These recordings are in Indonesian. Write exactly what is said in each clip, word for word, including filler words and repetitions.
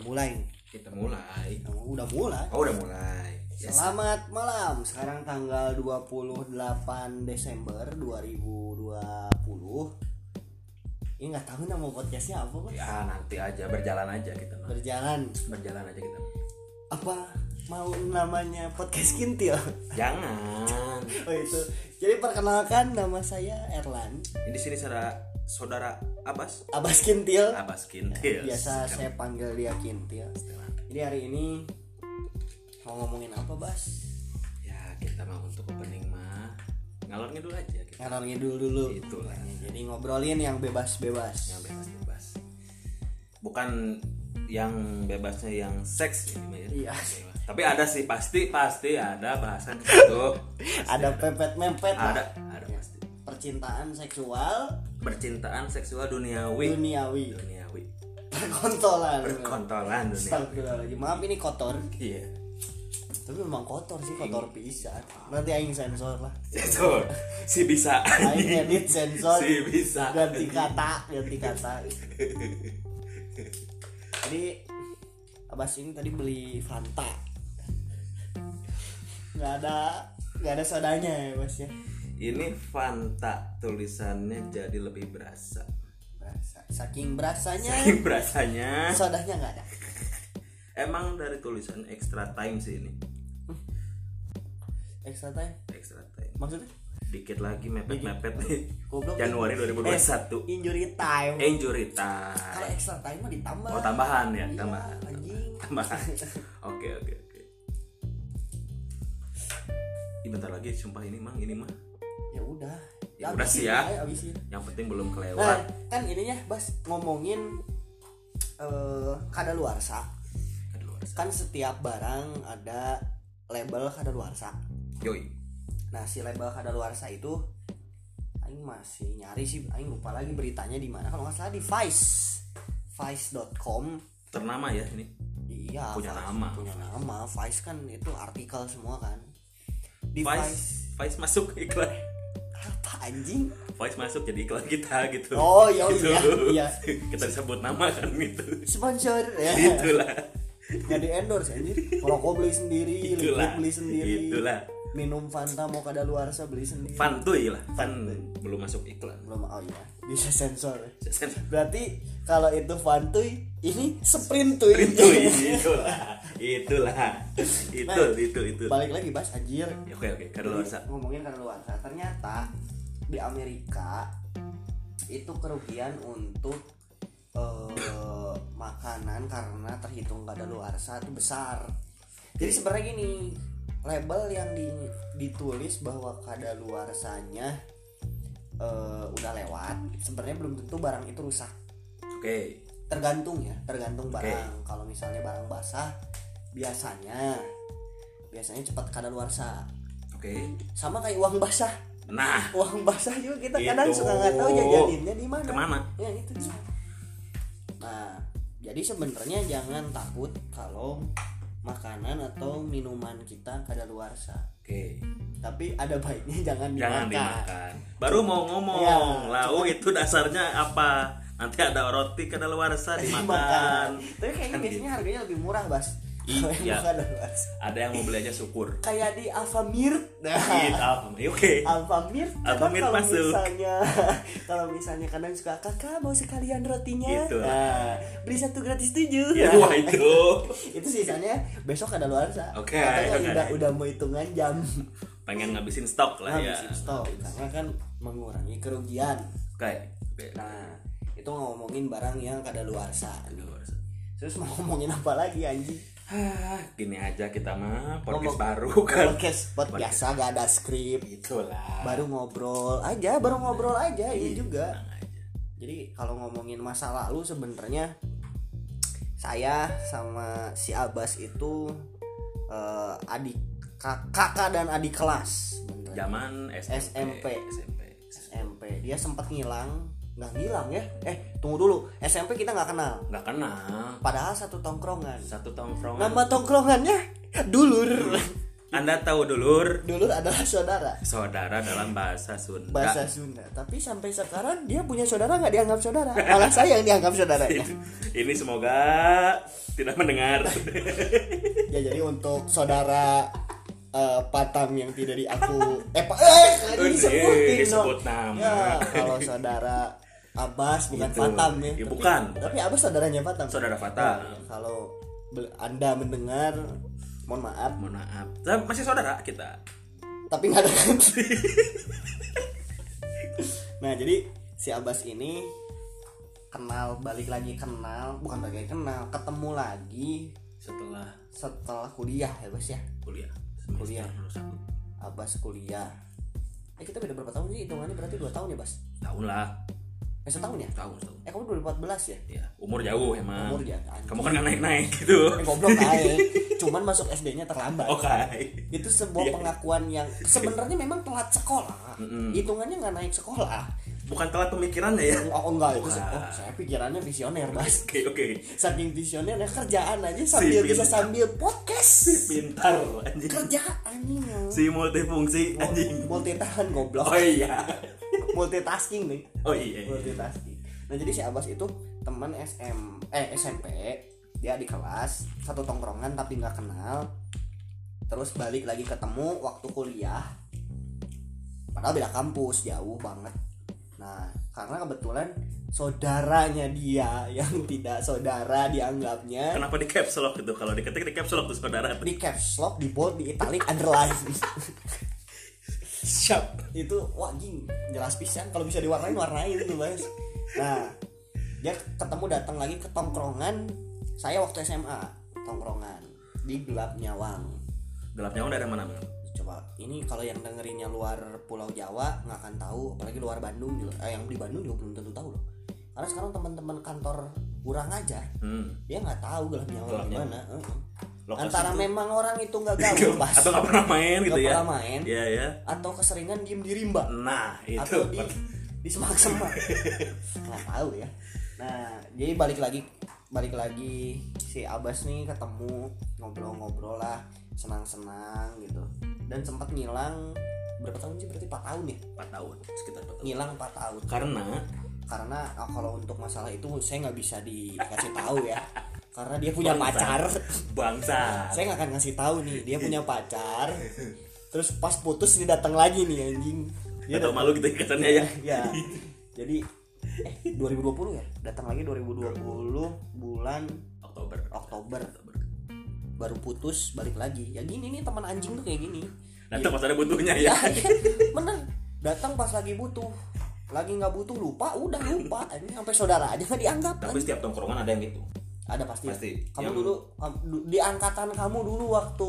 mulai. Kita mulai. Oh, udah mulai. Oh, udah mulai. Yes. Selamat malam. Sekarang tanggal dua puluh delapan Desember dua ribu dua puluh. Ini nggak tahu nama podcastnya apa, Mas? Ya, nanti aja berjalan aja kita. Berjalan. Berjalan aja kita. Apa mau namanya podcast Kintil? Jangan. Oh, itu. Jadi perkenalkan, nama saya Erlan. Ini di sini saudara saudara Abbas. Abbas Kintil. Abbas Kintil. Nah, biasa Sekarang. Saya panggil dia Kintil. Jadi hari ini mau ngomongin apa, Bas? Ya, kita mau untuk opening mah ngalor ngidul aja kita. Ngalor ngidul dulu. Itulah. Jadi ngobrolin yang bebas-bebas. Yang bebas-bebas. Bukan yang bebasnya yang seks ini, ya. Iya. Tapi ada sih, pasti pasti ada bahasan itu. Ada pepet-mempet. Ada, ada ya. pasti. Percintaan seksual, percintaan seksual duniawi. Duniawi. Duniawi. Perkontolan. Perkontolan duniawi. Astagfirullahaladzim. Maaf ini kotor. Iya. Tapi memang kotor sih, kotor pisan. Nanti aing sensor lah. Sensor. Si bisa. Aing edit sensor. Si bisa. Ganti kata, ganti kata. Jadi Abbas ini tadi beli Fanta. Nggak ada, nggak ada sodanya ya, Mas ya. Ini Fanta, tulisannya jadi lebih berasa. Berasa. Saking berasanya. Saking berasanya. Sodanya nggak ada. Emang dari tulisan extra time sih ini. Hmm. Extra time? Extra time. Maksudnya? Dikit lagi mepet-mepet nih. Goblok. Januari dua ribu dua puluh satu. Eh, injury time. Injury time. Kalau extra time mah ditambah. Oh, tambahan ya, iya, tambahan. Anjing. Tambahan. Oke, oke, oke. Ini bentar lagi sumpah ini Mang, ini mah. Ya udah. Ya udah sih ya. Abisin. Yang penting belum kelewat. Nah, kan ininya Bas ngomongin eh kadaluarsa. Kadaluarsa. Kan setiap barang ada label kadaluarsa. Yoi. Nah, si label kadaluarsa itu aing masih nyari sih, aing lupa lagi beritanya di mana. Kalau nggak salah di Vice. vice dot com. Ternama ya ini. Iya, punya Vice, nama. Punya nama. Vice kan itu artikel semua kan. Di Vice, Vice, Vice masuk iklan. apa anjing? Vice masuk jadi iklan kita gitu. Oh iya gitu. iya iya. Kita disebut nama kan gitu. Sponsor ya. Itulah. Nggak di endorse anjir. Rokok beli sendiri, liquid beli sendiri. Itulah. Minum Fanta mau kadaluarsa beli sendiri. Fantuy lah. Fan belum masuk iklan. Belum, oh iya. Bisa sensor. Sensor. Berarti kalau itu Fantuy, ini Sprintuy. Sprintuy. Itulah. Itulah. Itu Nah, itu itu. Balik lagi Bas, anjir. Oke oke, kadaluarsa. Ngomongin kadaluarsa, ternyata di Amerika itu kerugian untuk uh, makanan karena terhitung kadaluarsa itu besar. Jadi sebenarnya gini, label yang di, ditulis bahwa kadaluarsanya uh, udah lewat, sebenarnya belum tentu barang itu rusak. Oke. Okay. Tergantung ya, tergantung barang. Okay. Kalau misalnya barang basah, biasanya biasanya cepat kadaluarsa. Oke. Okay. Sama kayak uang basah. Nah, uang basah juga kita itu. kadang suka nggak tahu jajaninnya di mana. Kemana? Ya itu. Nah, jadi sebenarnya jangan takut kalau makanan atau minuman kita kadaluarsa. Oke. Okay. Tapi ada baiknya jangan dimakan. Jangan dimakan. Baru mau ngomong, ya, lau itu dasarnya apa? Nanti ada roti kadaluarsa dimakan. Tapi kayaknya biasanya harganya lebih murah, Bas. Iya. Ada yang mau beli aja syukur. Kayak di Alfamart. Nah, Alfamart. Oke. Alfamart. Alfamart kalau masuk. Misalnya kalau misalnya kadang suka kakak mau sekalian rotinya. Gitu. Nah, beli satu gratis tujuh. Ya, nah, wah itu. Itu sisanya besok kadaluarsa. Oke. Okay, Okay. udah udah mau hitungan jam. Pengen ngabisin stok lah ya. Ngabisin stok karena kan mengurangi kerugian. Oke. Okay. Okay. Nah, itu ngomongin barang yang kadaluarsa. Kadaluarsa. Terus mau ngomongin apa lagi anjing? Hah, gini aja kita mah podcast Ngomong, baru kan. Podcast, podcast biasa gak ada skrip. Itulah. Baru ngobrol aja, baru ngobrol aja ini Iya, juga. aja. Jadi kalau ngomongin masa lalu sebenarnya saya sama si Abbas itu uh, adik kakak dan adik kelas. Zaman S M P. S M P. S S M P. M P. Dia sempat ngilang. Nggak ngilang ya? Eh tunggu dulu, S M P kita nggak kenal. Nggak kenal. Padahal satu tongkrongan. Satu tongkrongan. Nama tongkrongannya Dulur. Anda tahu dulur? Dulur adalah saudara. Saudara dalam bahasa Sunda. Bahasa Sunda. Tapi sampai sekarang dia punya saudara nggak dianggap saudara. Malah saya yang dianggap saudaranya. Ini semoga tidak mendengar. Ya jadi untuk saudara uh, Patam yang tidak di aku eh pa, eh Eh, disebutin disebut dong. nama. Ya kalau saudara Abbas bukan Gitu. Patam ya. Ya, Tapi- bukan. Tapi Abbas saudaranya Patam. Saudara Patam. Nah, kalau be- Anda mendengar, mohon maaf. Mohon maaf. Saya masih saudara kita. Tapi nggak ada ganti. Nah jadi si Abbas ini kenal balik lagi kenal bukan balik lagi kenal ketemu lagi Setelah setelah kuliah ya Bas ya. kuliah. Kuliah. Semester satu. Abbas kuliah. Eh kita beda berapa tahun sih hitungannya berarti dua tahun ya Bas? Tahun lah. Eh setahun ya? Tahun tahun. Eh kamu dua ribu empat belas ya? Ya, umur jauh emang. Umur ya anjing. Kamu kan nggak naik-naik gitu. Eh, goblok naik. Cuman masuk S D-nya terlambat. Oke. Itu sebuah Iya. pengakuan yang sebenarnya memang telat sekolah. Mm-mm. Hitungannya nggak naik sekolah. Bukan telat pemikirannya ya. Oh enggak itu Bukan. oh, saya pikirannya visioner Bas. Oke oke. Saking visionernya kerjaan aja sambil Si bisa pintar. sambil podcast. Pintar anjing. Kerjaan ini. Si multifungsi anjing. Multi tahan goblok. Oh iya. Multitasking nih. Oh iya. Multitasking. Nah jadi si Abbas itu teman S M eh S M P, dia di kelas satu tongkrongan tapi nggak kenal, terus balik lagi ketemu waktu kuliah, padahal beda kampus jauh banget. Nah karena kebetulan saudaranya dia yang tidak saudara dianggapnya Kenapa di caps lock gitu? Kalau diketik di caps lock tuh saudara. di caps lock, di bold, di italic, underline. Siap. Itu wah jing jelas pisan kalau bisa diwarnain warnain tuh Mas. Nah dia ketemu datang lagi ke tongkrongan saya waktu S M A, tongkrongan di Gelap Nyawang. Gelap nyawa dari mana? Coba ini kalau yang dengerinnya luar Pulau Jawa nggak akan tahu, apalagi luar Bandung juga. Eh, yang di Bandung juga belum tentu tahu loh. Karena sekarang teman-teman kantor kurang aja, Hmm. dia nggak tahu Gelap Nyawang Gelap di Nyawang. mana. Heeh. Lokasi Antara itu- memang orang itu nggak gaul Bas, Atau nggak pernah main gitu nggak ya? pernah main, Iya ya. atau keseringan diem di rimba. Nah itu. Atau di di semak-semak nggak tahu ya. Nah jadi balik lagi balik lagi si Abbas nih ketemu ngobrol-ngobrol lah, senang-senang gitu, dan sempat ngilang berapa tahun sih, berarti empat tahun ya, empat tahun sekitar empat tahun. ngilang empat tahun Karena karena ah, kalau untuk masalah itu saya nggak bisa dikasih tahu ya, karena dia punya Bangsa. pacar. bangsa. Saya nggak akan ngasih tahu nih dia punya pacar, terus pas putus dia datang lagi nih anjing. Dia Atau datang- malu gitu katanya ya. ya jadi eh dua ribu dua puluh ya datang lagi dua ribu dua puluh bulan Oktober. Oktober baru putus balik lagi ya. Gini nih teman anjing tuh kayak gini. Datang pas ada butuhnya Ya, ya. bener datang pas lagi butuh, lagi nggak butuh lupa udah lupa ini sampai saudara aja nggak dianggap. Tapi anjing. setiap tongkrongan ada yang gitu. Ada pasti, Pasti. kamu Yang- dulu kamu- du- di angkatan kamu dulu waktu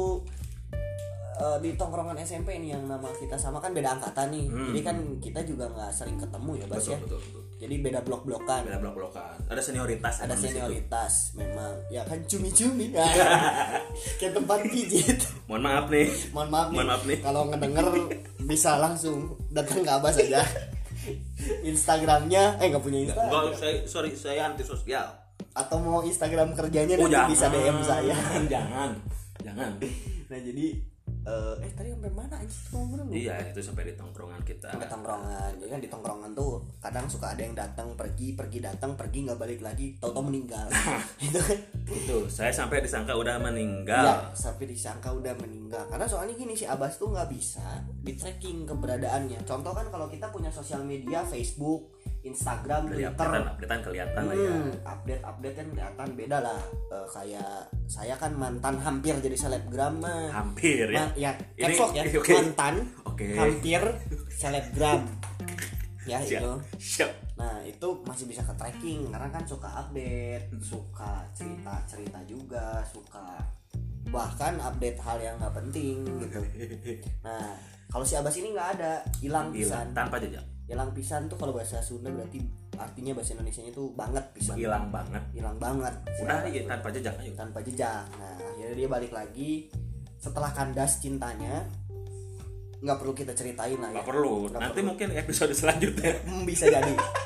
eh, di tongkrongan S M P nih yang nama kita sama kan beda angkatan nih. Hmm. Jadi kan kita juga nggak sering ketemu ya Bas Betul ya. betul betul. Jadi beda blok-blokan. Beda blok-blokan. Ada senioritas. Ada emang di situ. senioritas memang ya kan cumi-cumi kan kayak tempat pijit. Mohon maaf nih. Mohon maaf nih, Mohon maaf nih. kalau ngedenger bisa langsung datang ke Abbas aja. Instagramnya eh nggak punya Instagram Enggak, saya sorry saya anti sosial. atau mau Instagram kerjanya Oh, nanti jangan. bisa D M saya. Jangan. Jangan. Nah jadi eh, eh tadi sampai mana anjir ngomong lu? Iya, itu sampai di tongkrongan kita. Sampai tongkrongan, jadi kan di tongkrongan tuh kadang suka ada yang datang pergi pergi datang pergi nggak balik lagi, tahu-tahu meninggal. Itu kan. Itu, saya sampai disangka udah Ya, meninggal. sampai disangka udah meninggal. Karena soalnya gini si Abbas tuh nggak bisa di tracking keberadaannya. Contoh kan kalau kita punya sosial media Facebook, Instagram, Dari Twitter, updatean, updatean kelihatan lah ya. hmm, update update kan kelihatan beda lah. Eh, kayak saya kan mantan hampir jadi selebgram mah. Hampir ya. Ma- ya, Ini- caps lock ya, oke. mantan Oke. hampir selebgram. Ya Siap. itu. Siap. Nah itu masih bisa ke tracking karena kan suka update, suka cerita-cerita juga, suka bahkan update hal yang nggak penting gitu. Nah kalau si Abbas ini nggak ada, hilang Hilang pisan. tanpa jejak. Hilang pisan tuh kalau bahasa Sunda berarti artinya bahasa Indonesianya tuh banget pisan. Hilang banget. Hilang banget. Udah iya, tanpa jejak aja. Tanpa jejak. Nah akhirnya dia balik lagi setelah kandas cintanya. Nggak perlu kita ceritain lah ya. Nggak perlu. Nggak Nanti perlu. mungkin episode selanjutnya. Hmm, bisa jadi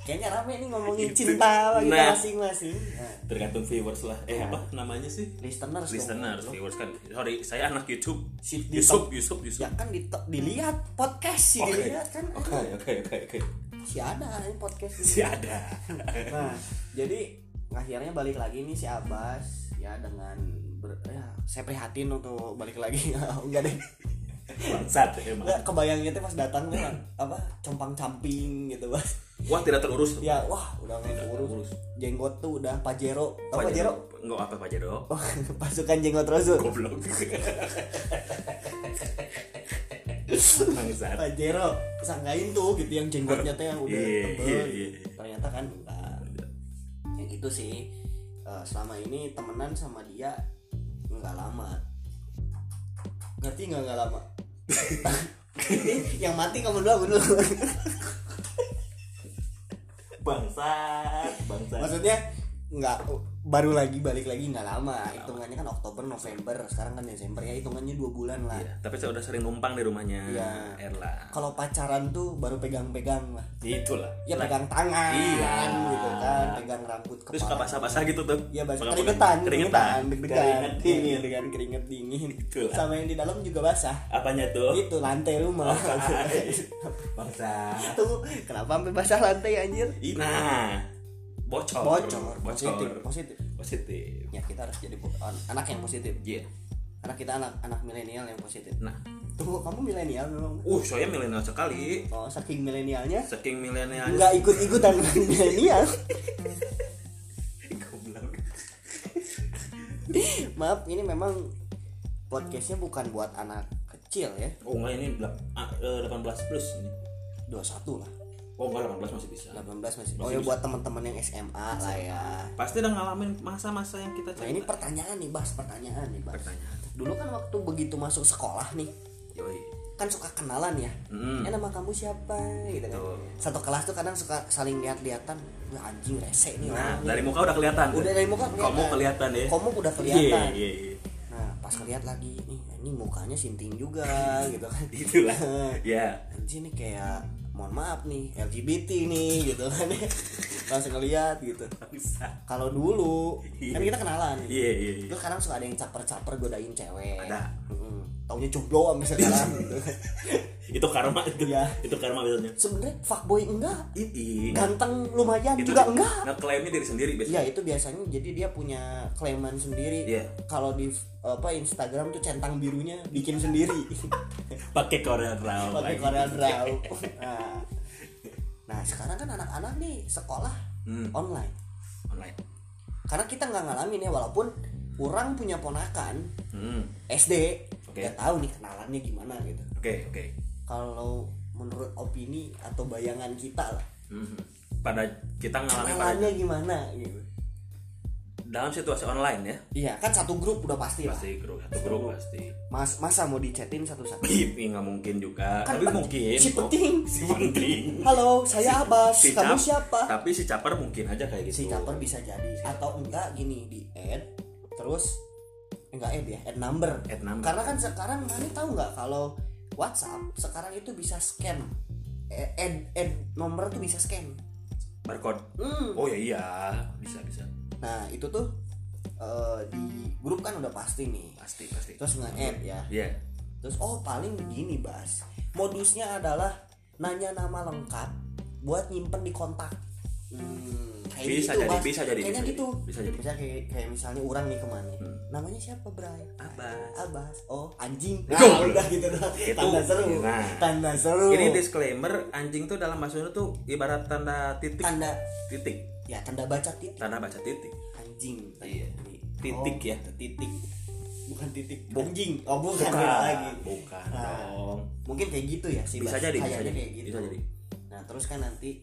Kayaknya rame nih ngomongin Itu. cinta kita Nah. masing-masing. Nah, Tergantung viewers lah. Eh Nah. apa namanya sih? listeners dong. Listeners, viewers kan. Sorry, saya anak YouTube. Si- di Yusuf, top- Yusuf, Yusuf. Ya kan di, dilihat podcast sih Oke. dilihat kan. Oke, oke, oke, oke. Si ada ini podcast ini. Si ada. Nah, jadi akhirnya balik lagi nih si Abbas ya dengan ber, ya, saya prihatin untuk balik lagi. Enggak deh. Bangsat emang. Enggak kebayangnya tuh pas datang tuh apa compang-camping gitu, Bas. Wah, tidak terurus. Ya, wah, udah nggak Tidak urus. terurus. Jenggot tuh udah Pajero. Tahu Pajero? Enggak apa Pajero. Oh, pasukan jenggot Rasul. Goblok. Bangsat. Pajero sangkain tuh gitu yang jenggotnya tuh yang udah Iya, tebel. iya, iya. Ternyata kan enggak. Yang itu sih eh, selama ini temenan sama dia enggak lama. Ngerti enggak enggak lama? Yang mati kamu dulu, aku dulu. Bangsat, bangsat. Maksudnya nggak baru lagi balik lagi nggak lama, hitungannya kan Oktober November, sekarang kan Desember ya, hitungannya dua bulan lah. Iya, tapi saya udah sering numpang di rumahnya. Iya. Erla. Kalau pacaran tuh baru pegang-pegang lah, Itulah. ya pegang tangan, Iya. gitu kan, pegang rambut Terus kepala. basah-basah gitu tuh. Ya basah, Pegang-pegang. keringetan, Keringetan. deg-degan, Keringet dingin. dengan keringet dingin, Itulah. sama yang di dalam juga basah. Apanya tuh? Itu lantai rumah. Bangsat. Tuh kenapa sampai basah lantai anjir? Nah, bocor. Bocor, bocor. positif, positif. Positif. Ya kita harus jadi po- an- anak yang positif. Iya. Karena kita anak anak milenial yang positif. Nah, Tunggu, kamu milenial memang? uh, saya milenial sekali. Oh, saking milenialnya Saking milenialnya. nggak ikut-ikutan milenial. Goblok. Maaf, ini memang podcastnya bukan buat anak kecil ya. Oh enggak, ini delap- ah, eh, delapan belas plus ini. dua puluh satu lah. Oh enggak, delapan belas masih bisa. delapan belas masih. Masih Oh ya bisa. buat teman-teman yang S M A lah ya. Pasti udah ngalamin masa-masa yang kita Nah, ini pertanyaan nih, Bas, pertanyaan nih, Bas. pertanyaan. Dulu kan waktu begitu masuk sekolah nih, Yoi. kan suka kenalan ya. Mm. Eh, nama kamu siapa gitu kan. Betul. Satu kelas tuh kadang suka saling lihat-lihatan. Wah, anjing rese nih Nah, orang. dari muka udah kelihatan. Udah dari muka kelihatan. Kamu kelihatan ya. Kamu udah kelihatan. Iya, iya, iya. Nah, pas ngeliat lagi nih, ini mukanya sinting juga gitu kan. Itulah. Ya. Anjing nih kayak mohon maaf nih L G B T nih gitu kan. Langsung ngeliat gitu. Kalau dulu kan kita kenalan. Iya, iya, iya. Terus kadang suka ada yang caper-caper godain cewek. Ada. Mm-mm. Taunya jomblo sampai sekarang gitu kan. Itu karma itu. Iya. Itu karma biasanya. Sebenarnya fuckboy enggak, Iti. ganteng lumayan Itu juga enggak. ngeklaimnya diri sendiri Iya, biasanya. itu biasanya jadi dia punya klaiman sendiri. Iya. Kalau di apa Instagram tuh centang birunya bikin sendiri. Pakai Korea Draw. Pakai Korea Draw. Nah. Nah, sekarang kan anak-anak nih sekolah Hmm. online. Online. Karena kita nggak ngalamin ya, walaupun orang punya ponakan Hmm. S D, Oke. nggak tahu nih kenalannya gimana gitu. Oke, oke. Kalau menurut opini atau bayangan kita lah, Hmm. Pada kita ngalamin pada kenalannya gimana gitu. dalam situasi online ya. Iya, kan satu grup udah pasti lah. Pasti grup, satu grup pasti. Mas, masa mau dichatin satu-satu? Ih, nggak mungkin juga. Kan Tapi pen- mungkin. si kok. penting. Si penting. Halo, saya Abbas. Si Kamu cap- siapa? Tapi si caper mungkin aja kayak gitu. Si caper bisa jadi, atau enggak gini di add terus enggak add ya, add number. Add number. Karena kan sekarang mana tahu nggak kalau WhatsApp sekarang itu bisa scan. Eh, Add add nomor tuh bisa scan. Barcode. Hmm. Oh ya iya, bisa bisa. Nah, itu tuh eh, di grup kan udah pasti nih. Pasti pasti. Terus nge-add ya. Iya. Terus oh paling begini, Bas. Modusnya adalah nanya nama lengkap buat nyimpen di kontak. Hmm, kayak Bisa gitu, jadi, Bas. bisa jadi, Kayaknya bisa gitu. jadi, bisa jadi. Bisa kayak kayak misalnya orang nih kemana? Hmm. Namanya siapa, Bray? Abbas. Abbas. Oh, anjing. Itu. Nah, udah gitu doang. Itu. Tanda seru. Nah. Tanda seru. Ini disclaimer, anjing tuh dalam bahasa Sunda tuh ibarat tanda titik. tanda Titik. ya tanda baca titik. Tanda baca titik. Anjing. Iya. Oh, Titik ya. Titik. Bukan titik. Bu- Anjing. Oh, bukan, Bukan. beda lagi. Bukan Nah, dong. Mungkin kayak gitu ya sih. Bisa Bas. jadi, bisa Kayaknya jadi. kayak gitu. Bisa jadi. Nah, terus kan nanti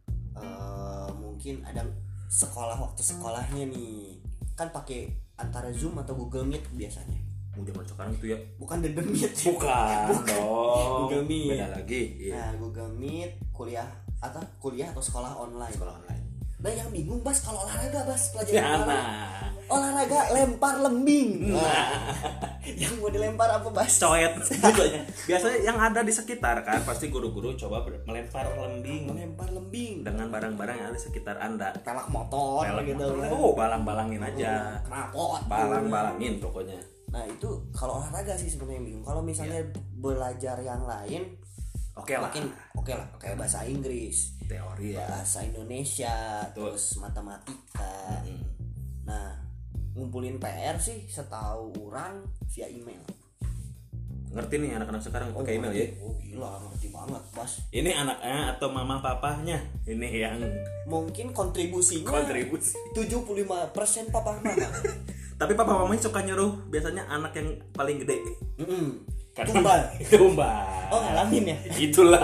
eh, mungkin ada sekolah waktu sekolahnya nih. Kan pakai antara Zoom atau Google Meet biasanya. Mau zaman sekarang tuh ya. Bukan The Meet. Bukan dong. Google Meet. Beda lagi. Iya. Nah, Google Meet, kuliah atau kuliah atau sekolah online. Sekolah online. Nah, yang bingung Bas kalau olahraga Bas pelajaran Ya, olahraga. nah. olahraga lempar lembing. Nah, yang mau dilempar apa, Bas? Coet gitu ya. Biasanya yang ada di sekitar kan pasti guru-guru coba ber- melempar lembing Melempar lembing dengan barang-barang yang ada di sekitar Anda. pelak motor Pelek gitu motor. kan. Oh, balang-balangin aja. Knalpot. Balang-balangin pokoknya. Nah, itu kalau olahraga sih sebenarnya yang bingung. Kalau misalnya belajar yang lain Oke lah. makin oke lah, kayak bahasa Inggris, Teori ya. bahasa Indonesia, Betul. terus matematika. Hmm. Nah, ngumpulin P R sih setahu orang via email. Ngerti nih anak-anak sekarang pakai email ya. Oh gila, ngerti banget, Bas. Ini anaknya atau mama papahnya ini yang Mungkin kontribusinya kontribusi. tujuh puluh lima persen papa mama. Tapi papa mamanya suka nyuruh biasanya anak yang paling gede. Mm-mm. Karena- Tumbal. Tumbal. Oh, ngalamin ya? Itulah.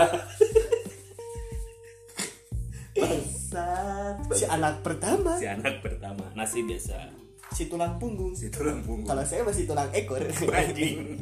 Bangsat. Si anak pertama, Si anak pertama nasi biasa. si tulang punggung. Si tulang punggung. Kalau saya masih tulang ekor. Anjing.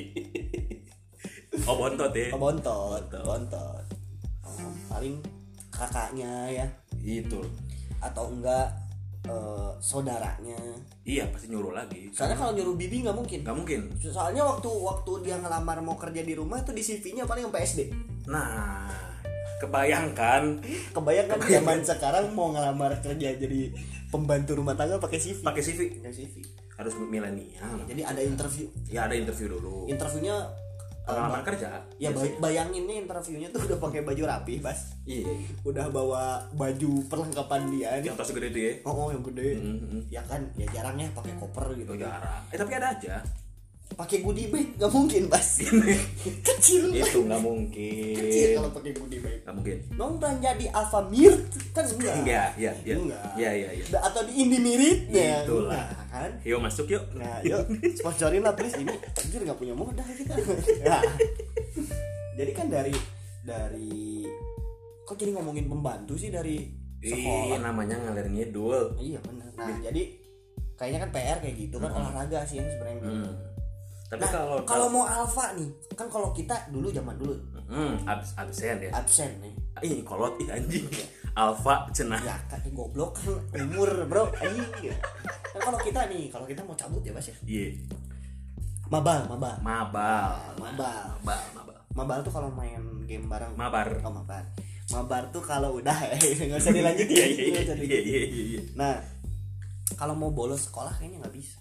Oh bontot ya. Oh, bontot, bontot. Oh, paling kakaknya ya, Itu. atau enggak eh, saudaranya. Iya pasti nyuruh lagi. Soalnya kalau nyuruh bibi nggak mungkin. Nggak mungkin. Soalnya waktu waktu dia ngelamar mau kerja di rumah tuh di C V-nya paling sampai S D. Nah, kebayangkan Kebayang kan zaman sekarang mau ngelamar kerja jadi pembantu rumah tangga pakai C V. pakai C V Pakai C V. harus milenial. Jadi ada interview. Ya ada interview dulu. Interviewnya eh, Pengalaman ba- kerja. Ya bay- biasanya. bayanginnya interviewnya tuh udah pakai baju rapi, Bas. Iya. Udah bawa baju perlengkapan dia nih. Yang tas gede itu ya. Oh, oh, yang gede. Mm-hmm. Ya kan, ya jarang ya pakai koper gitu. Oh, jarang. Eh tapi ada aja. Pakai goodie bag nggak mungkin, Bas. Kecil. Itu nggak mungkin. Kecil kalau pakai goodie bag. Nggak mungkin. Nong belanja di Alfamart kan enggak. Iya, iya, iya. Enggak. Iya, iya, iya. Da- Atau di Indomirit ya. Itulah. Enggak, kan. Yuk masuk yuk. Nah, yuk sponsorin lah please, ini anjir nggak punya modal kita. Nah, jadi kan dari dari kok jadi ngomongin pembantu sih dari Ih, sekolah. namanya ngalir ngidul. Iya benar. Nah, jadi kayaknya kan P R kayak gitu kan, olahraga sih yang sebenarnya. Hmm. Tapi Nah, kalau kalau mau alfa nih, kan kalau kita dulu zaman dulu hmm, abs absen ya. absen nih. Ih, kolot ih anjing. Alfa cenah. Ya kan goblok kan umur, Bro. Anjing. Kan kalau kita nih, kalau kita mau cabut ya, Bas ya. Iya. Mabal, mabal. Mabal. Mabal. Mabal, mabal. Mabal tuh kalau main game bareng. Mabar. Oh, mabar. Mabar tuh kalau udah nggak usah dilanjutin. Iya, iya, Nggak usah iya, dilanjutin. iya, iya, iya. Nah, kalau mau bolos sekolah kayaknya nggak bisa.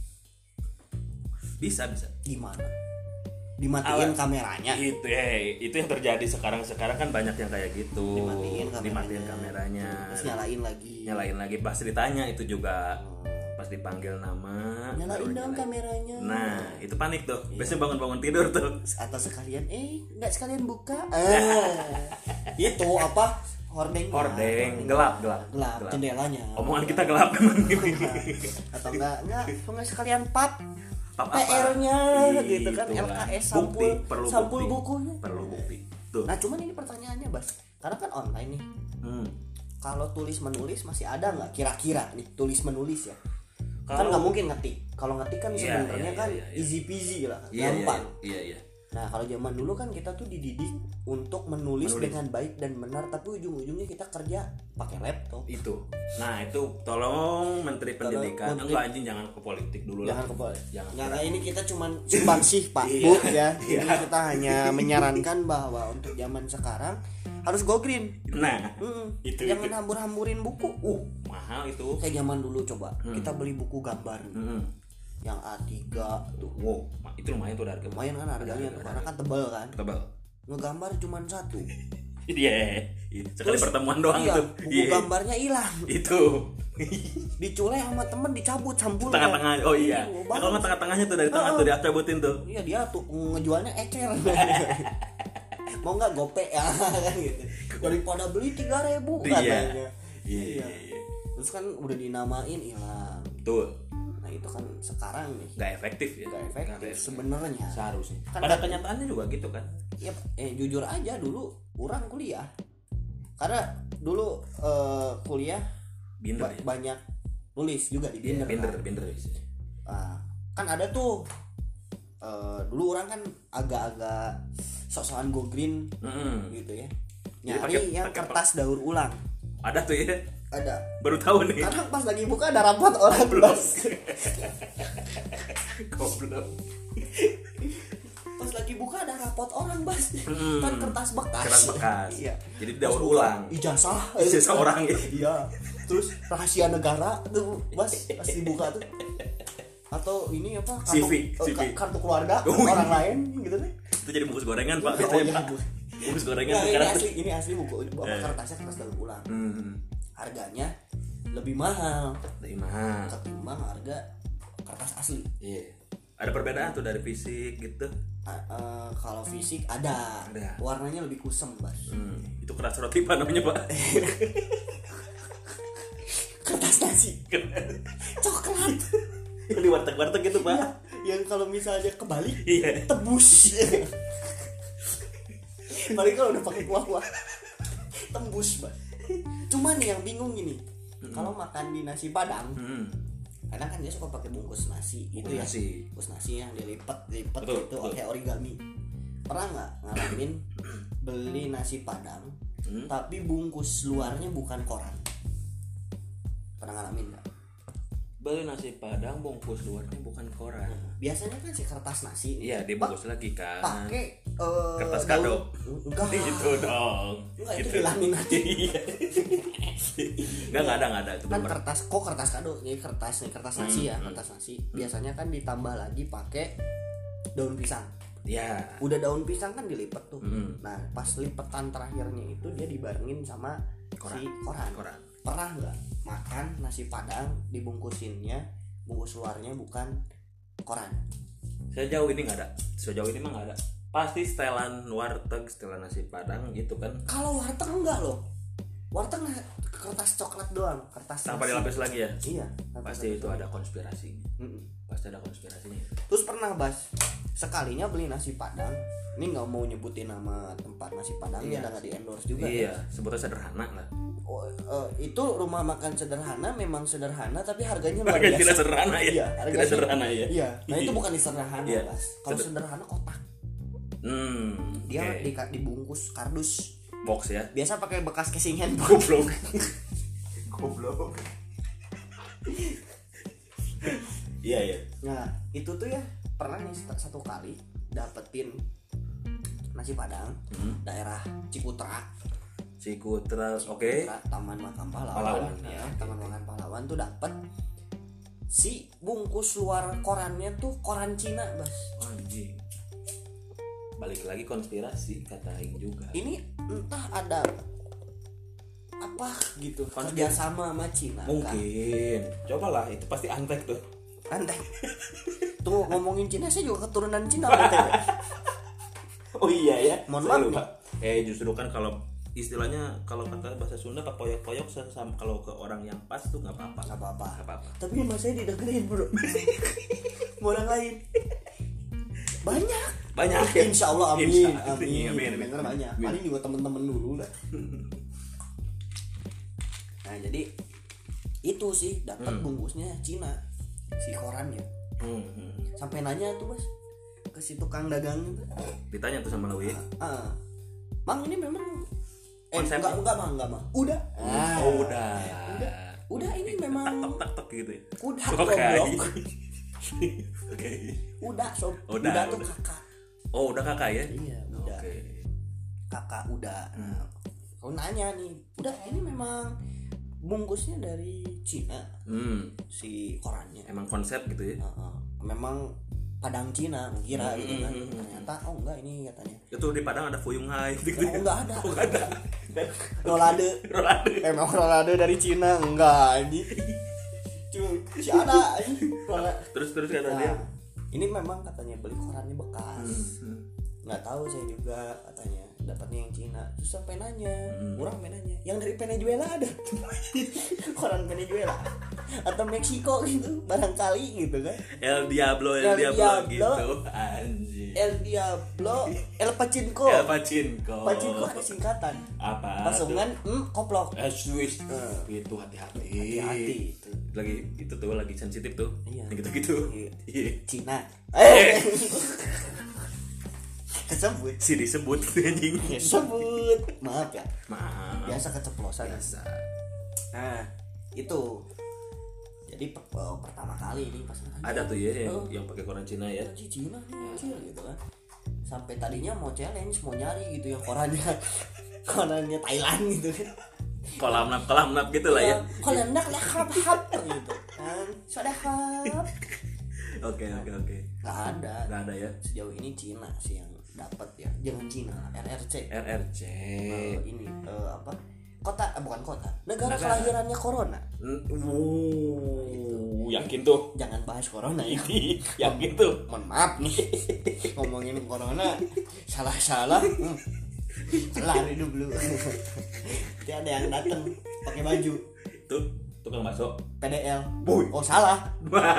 Bisa, bisa. Gimana? Dimatiin Alat. kameranya. Itu ya, itu yang terjadi sekarang sekarang kan banyak yang kayak gitu. Dimatiin kameranya. Dimatiin kameranya. Terus nyalain lagi. Nyalain lagi pas ditanya itu juga. Oh. Pas dipanggil nama Nyalain baru dong nyalain. kameranya. Nah itu panik tuh. Iya. Biasanya bangun-bangun tidur tuh. Atau sekalian eh nggak sekalian buka. Ah. Itu apa? Hordeng. Hordeng, gelap, gelap, Gelap, gelap. jendelanya. Omongan kita gelap memang gini. Atau enggak enggak enggak sekalian pap Pap P apa? R-nya gitu kan, Itulah. L K S sampul, Bukti, perlu sampul bukti. bukunya. Perlu bukti. Tuh. Nah, cuman ini pertanyaannya, Bas. Karena kan online nih. Hmm. Kalau tulis menulis masih ada nggak kira-kira nih tulis menulis ya? Kan Kalau- nggak mungkin ngetik. Kalau ngetik kan Iya, sebenarnya iya, kan iya, iya. easy peasy lah, Iya, iya, gampang. iya, iya. Nah, kalau zaman dulu kan kita tuh dididik untuk menulis, Menulis. dengan baik dan benar, tapi ujung-ujungnya kita kerja pakai laptop. Itu. Nah, itu tolong Menteri Tolong Pendidikan. Menteri- Enggak anjing jangan ke politik dulu lah. Jangan kepala. Jangan. Nggak, ini kita cuman sumbangsih Pak Iya. Bu ya. Jadi kita hanya menyarankan bahwa untuk zaman sekarang harus go green. Nah, Mm, Itu, jangan itu. hambur-hamburin buku. Uh, mahal itu. kayak zaman dulu coba kita beli buku gambar nih, Hmm. yang A tiga tuh. Wow, itu lumayan tuh harga. Lumayan kan harganya tuh, karena kan tebel kan. Tebal. Ngegambar cuman satu. Iya, iya. Sekali Terus, pertemuan doang iya, tuh. buku Iya. gambarnya hilang. Itu. Diculek sama temen, dicabut sampulnya. Tengah-tengah. Oh iya. Iya, Nah, kalau nggak tengah-tengahnya tuh dari tengah Oh. tuh diacabutin tuh. Iya, dia tuh ngejualnya ecer. Mau nggak gope ya kan gitu. Daripada beli tiga ribu Iya. katanya. Iya, iya. Terus kan udah dinamain hilang. Tuh. Nah, itu kan sekarang nih Nggak efektif ya. nggak efektif sebenarnya. Seharusnya. Kan Pada kan- kenyataannya juga gitu kan. Ya, eh jujur aja dulu orang kuliah. Karena dulu eh, kuliah Binder ba- ya. banyak nulis juga di Binder, binder. binder, kan. binder. Nah, kan ada tuh eh, dulu orang kan agak-agak sok-sokan go green Mm-mm. gitu ya. Jadi Nyari pakai- yang pakai kertas daur ulang. Ada tuh ya. Ada. Baru tahu nih. Kadang pas lagi buka ada rapot orang bas. Goblok. Pas lagi buka ada rapot orang bas. Hmm. Kan kertas bekas. Kertas bekas. Iya. Jadi daur ulang. Ijazah. Ijazah orang ya. Iya. Terus rahasia negara tuh bas pas dibuka tuh. Atau ini apa? Kartu, C V, eh, C V. kartu keluarga Oh, orang iya. lain gitu deh. Itu jadi bungkus gorengan Pak. Oh, Biasanya iya, Pak. Bu. Bungkus gorengan Nah, ini sekarang. asli, ini asli buku apa Eh. kertasnya kertas daur ulang. Hmm. Harganya lebih mahal Dari mahal. ketimbang harga kertas asli. Iya. Ada perbedaan tuh dari fisik gitu. A- eh, kalau fisik ada, Ada. warnanya lebih kusem bas. Hmm. Itu keras roti Pak namanya Pak. Kertas nasi coklat. Yang di warteg-warteg gitu Pak. Ya, yang kalau misalnya kebalik Iya. tembus. Paling kalau udah pakai kuah-kuah tembus bas. Cuman yang bingung gini, Mm-mm. kalau makan di nasi padang, Hmm. kadang kan dia suka pakai bungkus nasi gitu Bungkus ya, nasi. bungkus nasi yang dilipat-lipat Betul, gitu betul. kayak origami. Pernah nggak ngalamin beli nasi padang Hmm. tapi bungkus luarnya bukan koran? Pernah ngalamin nggak? Beli nasi padang bungkus luarnya bukan koran. Biasanya kan si kertas nasi Iya, dibungkus lagi kan. pakai eh, Kertas daun- kado. enggak Gitu dong. enggak itu Gitu. dilaminasi. Iya. Enggak enggak ada enggak ada itu Kan belum ada. kertas kok kertas kado jadi kertas nih kertas nasi Hmm, ya hmm. kertas nasi biasanya kan ditambah lagi pakai daun pisang. Ya. Udah daun pisang kan dilipat tuh. Hmm. Nah pas lipetan terakhirnya itu dia dibarengin sama Koran. si koran. Koran. Pernah nggak makan nasi padang dibungkusinnya bungkus luarnya bukan koran? Sejauh ini enggak ada. Sejauh ini mah enggak ada. Pasti setelan warteg, setelan nasi padang gitu kan. Kalau warteg enggak loh. Warteg nah, kertas coklat doang, kertas Tanpa nasi. dilapis lagi ya. Iya. tanpa Pasti dilapis. itu ada konspirasinya. Mm-mm. Pasti ada konspirasinya. Terus pernah bas sekalinya beli nasi padang. Ini nggak mau nyebutin nama tempat nasi padangnya, Iya. udah nggak di endorse juga. Iya, Ya. sebutnya sederhana lah. Oh, eh, itu rumah makan sederhana, memang sederhana, tapi harganya luar Harga biasa. tidak sederhana ya. Iya, Tidak harganya sederhana ya. Iya. Nah itu bukan di sederhana Iya. bas. Kalau Seder- sederhana kotak, Hmm. dia Oke. di, dibungkus kardus. Box ya. Biasa pakai bekas casing handphone. Goblok. Goblok. Iya, iya. Nah itu tuh ya pernah nih sat- satu kali dapetin nasi padang Hmm. daerah Ciputra. Cikutra, oke. Ciputra, Taman Makam Pahlawan, Pahlawan, ya, ya. Taman Makam Pahlawan tuh dapet si bungkus luar korannya tuh koran Cina bas. Anjing. Balik lagi konspirasi kata Aing juga. Ini entah ada apa gitu Konspirasi. kerjasama sama Cina kan? Mungkin. Cobalah, itu pasti antek tuh. Antek. Tuh ngomongin Cina, saya juga keturunan Cina B T W. Oh iya ya. Mohon Saya maaf lupa. Eh justru kan kalau istilahnya kalau kata bahasa Sunda pak poyok-poyok sama kalau ke orang yang pas tuh nggak apa-apa. Nggak apa-apa. Nggak apa-apa. Tapi mas saya didengerin bro. Mau orang lain banyak. Banyak ya. Insya Allah amin. Insya- Amin. amin, amin. Denger banyak. Amin. Paling juga temen-temen dulu lah. Nah jadi itu sih dapat Hmm. bungkusnya Cina si korannya. Hmm, hmm. Sampai nanya tuh mas ke si tukang dagang itu. Ditanya tuh sama Lewi. Ah, Mang ini memang eh Konsepnya? enggak enggak Mang enggak Mang. Udah. Ah, Oh udah. Udah. Udah ini memang tak tak tak gitu ya. kuda Oke. goblok. Oke. Udah sob. Udah, Udah tuh udah. kakak. Oh udah kakak ya? Iya, udah. Oke. Kakak udah. Hmm. Nah, kau nanya nih, udah ini memang bungkusnya dari Cina Hmm. si korannya. Emang konsep gitu ya? Heeh. Memang Padang Cina kira Hmm, gitu kan. hmm, hmm. Ternyata oh enggak ini katanya. Itu di Padang ada Fuyung Hai gitu. Oh enggak ada. Oh enggak ada. Rolade. Rolade. Emang rolade dari Cina enggak anjing. Cuma si ada anjing. Rolade. Terus terus kata Nah, dia. ini memang katanya beli korannya bekas. Hmm. Nggak tahu saya juga katanya dapatnya yang Cina. Terus sampai nanya, Hmm. orang sampai nanya, yang dari Venezuela ada? Koran Venezuela atau Meksiko gitu, barangkali gitu kan? El Diablo, El El, Diablo, Diablo. gitu. Anjing. El Diablo, El Pachinko. El Pachinko. Pachinko ada singkatan. Apa? Pasungan hmm, koplok. Eh, Swiss. Eh. Itu hati-hati. Hati-hati itu. Lagi itu tuh lagi sensitif tuh. Iya. Yang gitu-gitu. Iya. Iya. Cina. Eh. Kesebut. Si disebut anjing. Kesebut. Maaf ya. Maaf. Biasa keceplosan. Biasa. Nah itu jadi per- oh, pertama kali ini pas Ada tuh ya yang, Oh. yang pakai koran Cina ya. Anjir Cina nih anjir gitu kan. Sampai tadinya mau challenge mau nyari gitu yang korannya korannya Thailand gitu kan. Kolam nap kolam nap gitu lah ya. Koran nak lah hap hap gitu kan. Sudah hap. Oke oke oke. Nggak ada. Nggak ada ya. Sejauh ini Cina sih yang dapat ya. Jangan Cina, R R C. R R C. Eh, ini eh, apa? Kota eh, bukan kota. Negara, Negara. kelahirannya corona. Uh, yakin tuh. Jangan bahas corona ya. Yakin tuh. Mohon maaf nih. Ngomongin corona salah-salah. Hmm. Lari dulu. Nanti ada yang datang pakai baju Tuh tukang bakso. P D L. Boy. Oh salah.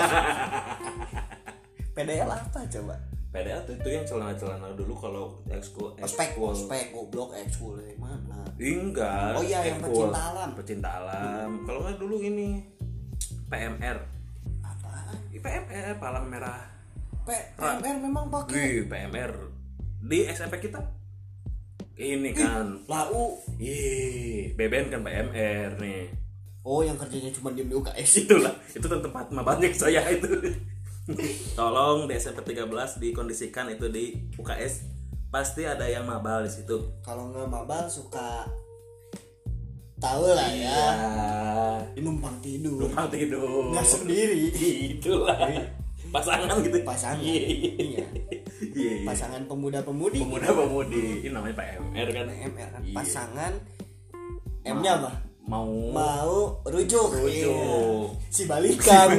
P D L apa coba? P D L tuh itu yang celana-celana dulu kalau ekskul Ospek, ospek, goblok, ekskul dari mana? Enggak. Oh iya, yang ekskul. pecinta alam. Pecinta alam. Kalau nggak dulu ini P M R. Apaan? P M R palang merah. P M R memang pakai. Wih, P M R di S M P kita. Ini kan. Lau. Ih, Beben kan P M R nih. Oh, yang kerjanya cuma diem di U K S. Itulah, itu kan tempat mabanya saya itu. Tolong di S M P tiga belas dikondisikan itu di U K S. Pasti ada yang mabal di situ. Kalau nggak mabal suka tahu lah ya. Iya. Numpang tidur. Numpang tidur. Nggak sendiri. Itulah. Pasangan gitu. Pasangan. Iya. Iya. Iya. Pasangan pemuda-pemudi. Pemuda-pemudi. Ini namanya P M R kan. P M R kan. Iya. Pasangan M-nya apa? Mau Mau rujuk. Rujuk. Iya. Si balikan.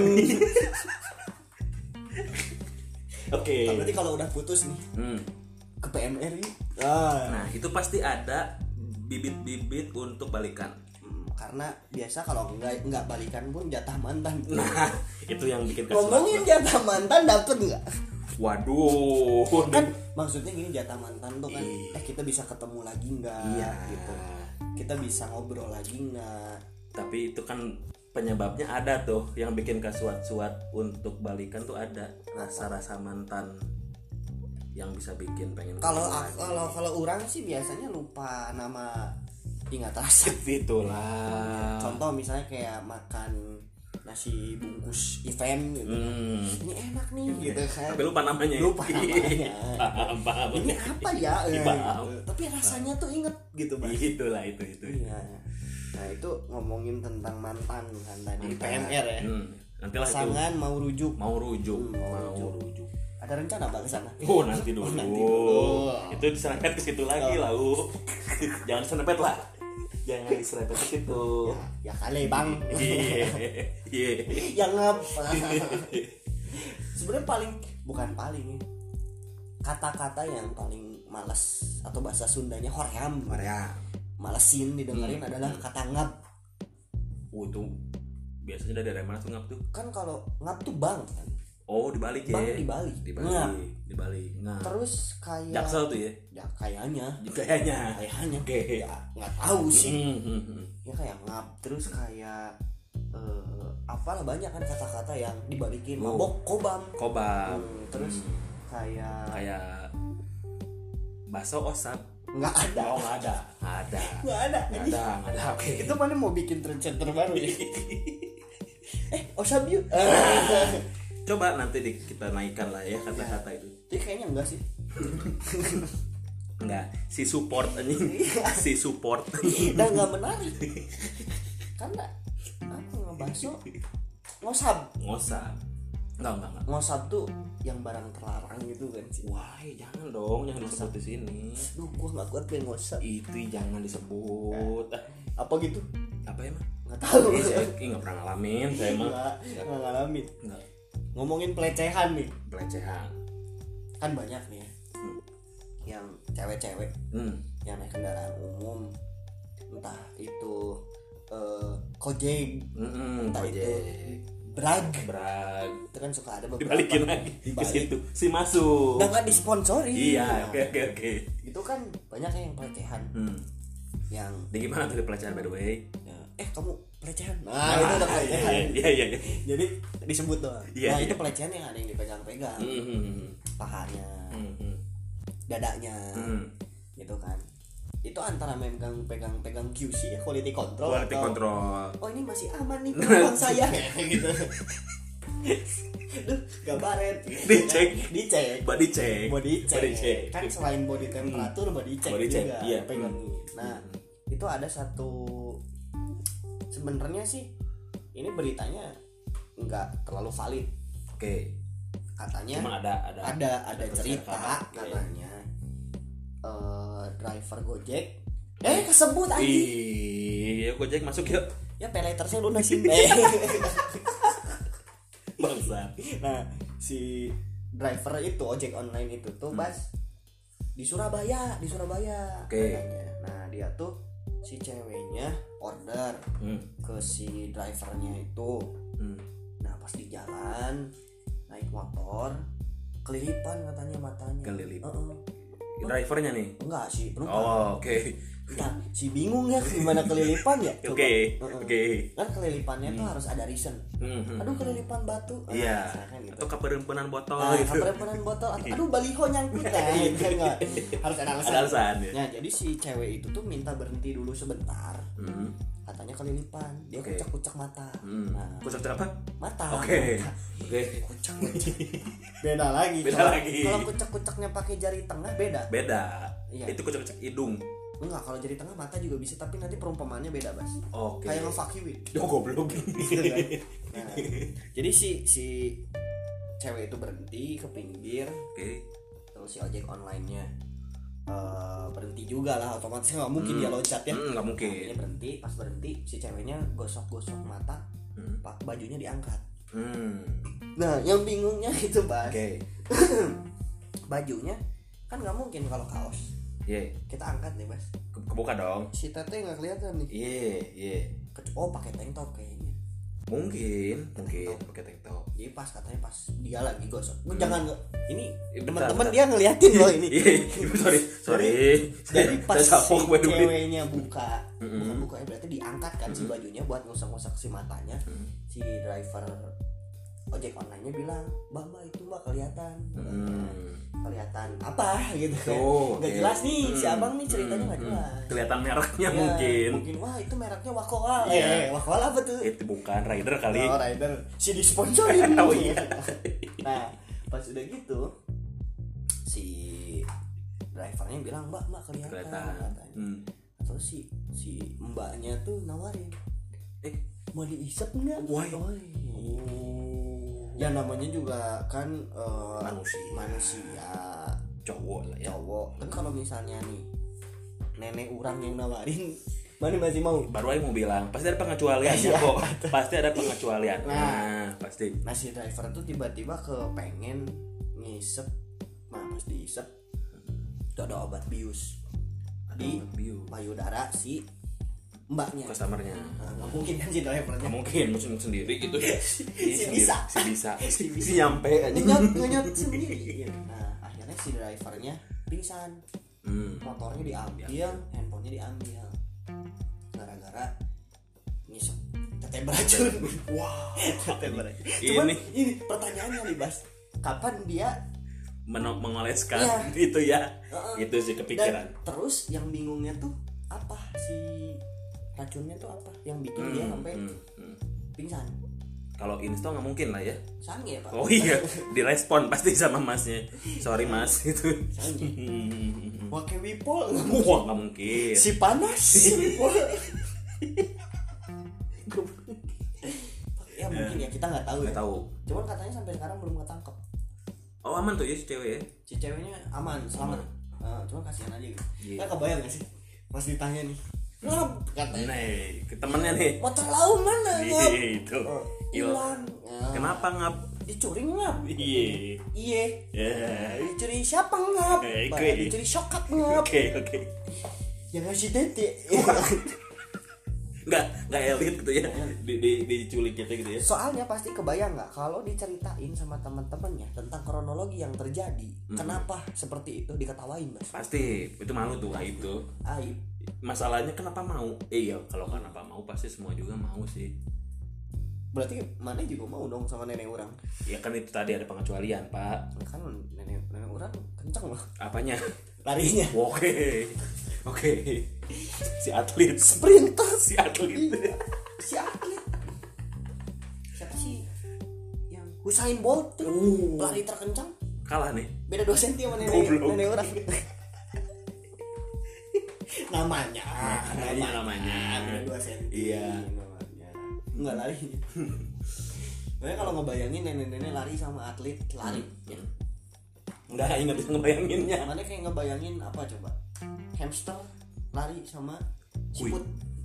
Oke. Berarti kalau udah putus nih Hmm. ke P M R ini. Ah. Nah, itu pasti ada bibit-bibit untuk balikan. Hmm, karena biasa kalau enggak enggak balikan pun jatah mantan. Nah, itu yang bikin Ngomongin jatah mantan dapet nggak? Waduh. Kan maksudnya gini, jatah mantan tuh kan, Iya. eh kita bisa ketemu lagi nggak? Iya. Gitu. Kita bisa ngobrol lagi nggak? Tapi itu kan penyebabnya ada tuh yang bikin kasuat-suat untuk balikan tuh ada rasa-rasa mantan yang bisa bikin pengen Kalau ketemu ak- lagi. kalau kalau orang sih biasanya lupa nama, ingat rasa. Itulah. Contoh misalnya kayak makan nasi bungkus event gitu. Hmm. Ini enak nih gitu kan. Tapi lupa namanya. Lupa namanya. Paham, paham. Ini apa ya? Iya, Eh, paham. gitu. Tapi rasanya tuh inget gitu, Bang. Itulah itu itu. Iya. Nah, itu ngomongin tentang mantan kan tadi P Mantan. M R ya. Hmm. Nantilah itu Pasangan mau rujuk. mau rujuk, Hmm, mau mau rujuk. rujuk. Ada rencana Bang ke sana? Oh nanti dulu. Oh, nanti dulu. Itu diserempet ke situ lagi Oh. lau. Jangan diserempet lah. Jangan diserempet ke situ. Ya kali, Bang. Iya. Iya. Yang apa? Sebenarnya paling bukan paling ya. Kata-kata yang paling malas atau bahasa Sundanya hoream. Korea. Malesin didengerin Hmm. adalah kata ngap. Oh itu biasanya dari daerah mana tuh ngap tuh? Kan kalau ngap tuh bang kan. Oh dibalik ya. Bang dibalik. Dibalik. Ngap. Dibalik. Ngap. Terus kayak Jaksel tuh ya. ya kayaknya Kayaknya. kayaknya Oke. ya nggak tahu sih. Hmm, hmm, hmm. Ya kayak ngap, terus kayak eh, apalah banyak kan kata-kata yang dibalikin. Oh. Mabok kobam. Kobam. Hmm, terus Hmm. kayak Kayak bakso osap. nggak ada. Oh nggak ada. Ada. Nggak ada. Nggak Ini- ada. Nggak ada. Oke. Itu mana mau bikin trend center baru ya? eh, osab yuk. Coba nanti di, kita naikkan lah ya kata-kata itu. Jadi kayaknya enggak sih. Enggak, si support anjing. Si support. Dan nggak menarik. Karena apa ngebahso ngosab. Ngosap. Enggak, enggak, enggak. Ngosab tuh yang barang terlarang gitu kan sih. Wah, jangan dong, jangan disebut di sini. Duh, gua nggak kuat pengen ngosab. Itu jangan disebut. Ah, Apa gitu? apa emang? Nggak tahu. Eh, saya nggak pernah ngalamin, saya emang. Nggak, nggak ngalamin. Enggak, Ngomongin pelecehan nih, pelecehan. kan banyak nih ya. Hmm. Yang cewek-cewek Hmm. yang naik kendaraan umum, entah itu eh, kojek, Mm-mm, entah ojek. itu brag, Brag. itu kan suka ada beberapa Dibalikin lagi ke dibalik. situ. Si masuk. Dan nggak disponsori. Iya, oke oke oke. Itu kan banyak yang pelecehan, Hmm. yang Di gimana tuh pelecehan by the way? ya, eh kamu pelecehan. Nah, itu udah pelecehan. Iya iya iya. Jadi disebut doang. Iya, nah, iya. itu pelecehan yang ada yang dipegang-pegang, Hmm. pahanya, Hmm. Hmm. dadanya, Hmm. gitu kan. itu antara megang pegang pegang Q C ya, quality control Quality atau control. oh ini masih aman nih penumpang saya gitu. Duh, gabaret Dicek. dicek Body check. body check. Body check. Kan selain body temperatur body check Body check, juga iya. pegangin. Nah, itu ada satu sebenarnya sih ini beritanya nggak terlalu valid. Oke. Katanya Cuma ada ada ada ada cerita Oke. katanya eh, driver Gojek eh kesebut aja Iya, Gojek masuk yuk. ya peletersnya lunasin eh. Bangsat. Nah si driver itu ojek online itu tuh bas di Surabaya di Surabaya Oke. katanya. Nah dia tuh si ceweknya order Hmm. ke si drivernya itu. Hmm. Nah pas di jalan naik motor kelilipan katanya matanya. Kelilipan. Heeh. Drivernya nih. Enggak sih penumpang. Oh, oke. Nah, si bingung ya gimana kelilipan ya. Coba. Oke. Heeh. Oke. Kan kelilipannya tuh harus ada reason. Hmm, hmm, Aduh hmm. kelilipan batu. Ah, Iya. misalkan gitu. Atau keperempuanan botol Nah, gitu. keperempuan botol atau aduh baliho nyangkut ya. Enggak. Harus ada alasan. Ada alasan ya. Nah, jadi si cewek itu tuh minta berhenti dulu sebentar. Hmm. Katanya kelilipan. Dia Oke. kucek-kucek mata. Hmm. Nah, Kucek apa? mata. Oke. Mata. Oke. Kucek. Beda lagi. Beda Kalau- lagi. Kalau kucek-kuceknya pakai jari tengah beda. Beda. Iya. Itu kucek-kucek hidung. Enggak, kalau jari tengah mata juga bisa, tapi nanti perumpamaannya beda, Bas. Oke. Kayak nge-fuck you it. Oh, goblok. Gitu kan. Nah, jadi si si cewek itu berhenti ke pinggir, Oke. terus si ojek online-nya eh, berhenti juga lah, otomatis nggak mungkin Hmm. dia loncat ya. Hmm, nggak mungkin. Akhirnya berhenti, pas berhenti si ceweknya gosok-gosok mata, Hmm. pak bajunya diangkat. Hmm. Nah, yang bingungnya itu, Bas. Oke. Bajunya kan nggak mungkin kalau kaos. Iya. Kita angkat nih, Bas. Ke- Kebuka dong. Si tete nggak kelihatan nih. Iya, iya. Kecu- Oh, pakai tank top kayaknya. Mungkin, mungkin pakai tank top. Jadi pas katanya pas dia lagi gosok. Lu jangan nge- ini Eh, teman-teman bentar, dia ngeliatin loh ini. Iya, sorry, sorry. Jadi pas Saya si sapok gue dulu. ceweknya buka, Mm-mm. bukan buka berarti diangkat kan si bajunya buat ngusap-ngusap si matanya. Si driver ojek online-nya bilang, "Mbak, Mbak itu Mbak kelihatan." Hmm. Kelihatan apa gitu kan. Tuh, Nggak oke. jelas nih si Hmm. abang nih ceritanya nggak Hmm. jelas. Kelihatan mereknya Ya, mungkin. Mungkin wah itu mereknya Wakoal. Iya. Eh, Wakoal apa tuh? Itu bukan rider kali. Oh, rider si disponsorin. Oh, iya. Nah, pas udah gitu si drivernya bilang, "Mbak, Mbak kelihatan." Kelihatan. katanya. Hmm. Terus si si mbaknya tuh nawarin, Eh, "Mau diisep enggak?" Wah. Oh, ya namanya juga kan eh, Manusia. manusia cowok lah ya. cowok. Kan kalau misalnya nih nenek orang yang nawarin, mana masih mau? Baru aja mau bilang, pasti ada pengecualiannya Iya. kok. Pasti ada pengecualian. Nah. Nah, pasti. Nah si driver tuh tiba-tiba kepengen ngisep, nah pas diisep itu ada obat bius di Obat bius. payudara si mbaknya. Customernya. Nah, nggak mungkin kan si drivernya Nggak mungkin musim sendiri gitu. si sendiri. bisa. Si bisa. Si bisa. Si nyampe aja. ngenyot ngenyot sendiri. Nah akhirnya si drivernya pingsan, Hmm. motornya diambil, handphonenya diambil, gara-gara ngisep teteh beracun. Wah. Teteh beracun. Cuman Ini ini pertanyaannya nih Bas, kapan dia men- mengoleskan Iya. itu ya. Heeh. Itu sih kepikiran. Dan terus yang bingungnya tuh apa si racunnya tuh apa yang bikin dia Hmm, sampai hmm, hmm. pingsan? Kalau install nggak mungkin lah ya. Sange Pak. Oh iya, direspon pasti sama masnya. Sorry mas, gitu. Sange. Hmm. Pakai wipol. Wah nggak mungkin. Si panas. Si wipol. Ya mungkin ya kita nggak tahu ya. Nggak tahu. Cuman katanya sampai sekarang belum ketangkep. Oh aman tuh ya si cewek ya. Si ceweknya aman, selamat. Nah, cuma kasihan aja gitu. Iya. Kan kebayang gak sih? Pas ditanya nih. Ngap katanya. Nih, ke temennya nih. Motor lau mana ngap? Itu. Oh, Iya. hilang. Nah, Kenapa ngap? dicuri ngap? Iya. Iya. Ya. Dicuri siapa ngap? Eh, Bah, gue. dicuri sokap ngap? Oke oke. Yang ngasih tete. Nggak nggak elit gitu ya. Di di diculik gitu gitu ya. Soalnya pasti kebayang nggak kalau diceritain sama teman-temannya tentang kronologi yang terjadi, kenapa seperti itu diketawain Mas? Pasti itu malu tuh aib tuh. Aib. Masalahnya kenapa mau? Eh, iya kalau kenapa mau pasti semua juga mau sih. Berarti mana juga mau dong sama nenek orang? Ya kan itu tadi ada pengecualian pak. Kan nenek nenek orang kenceng loh Apanya? larinya. Oke. Oke. Si atlet, sprinter, si atlet. Iya, si atlet. Siapa sih yang Usain Bolt tuh, Uh. pelari terkencang. Kalah nih. Beda dua senti sama nenek, Goblok. nenek orang. namanya, Nah, iya namanya. beda dua senti. Iya. Namanya. Enggak lari. Makanya kalau ngebayangin nenek-nenek lari sama atlet lari, Hmm. ya. Enggak ingat bisa ngebayanginnya. Mana kayak ngebayangin apa coba? Hamster lari sama siput.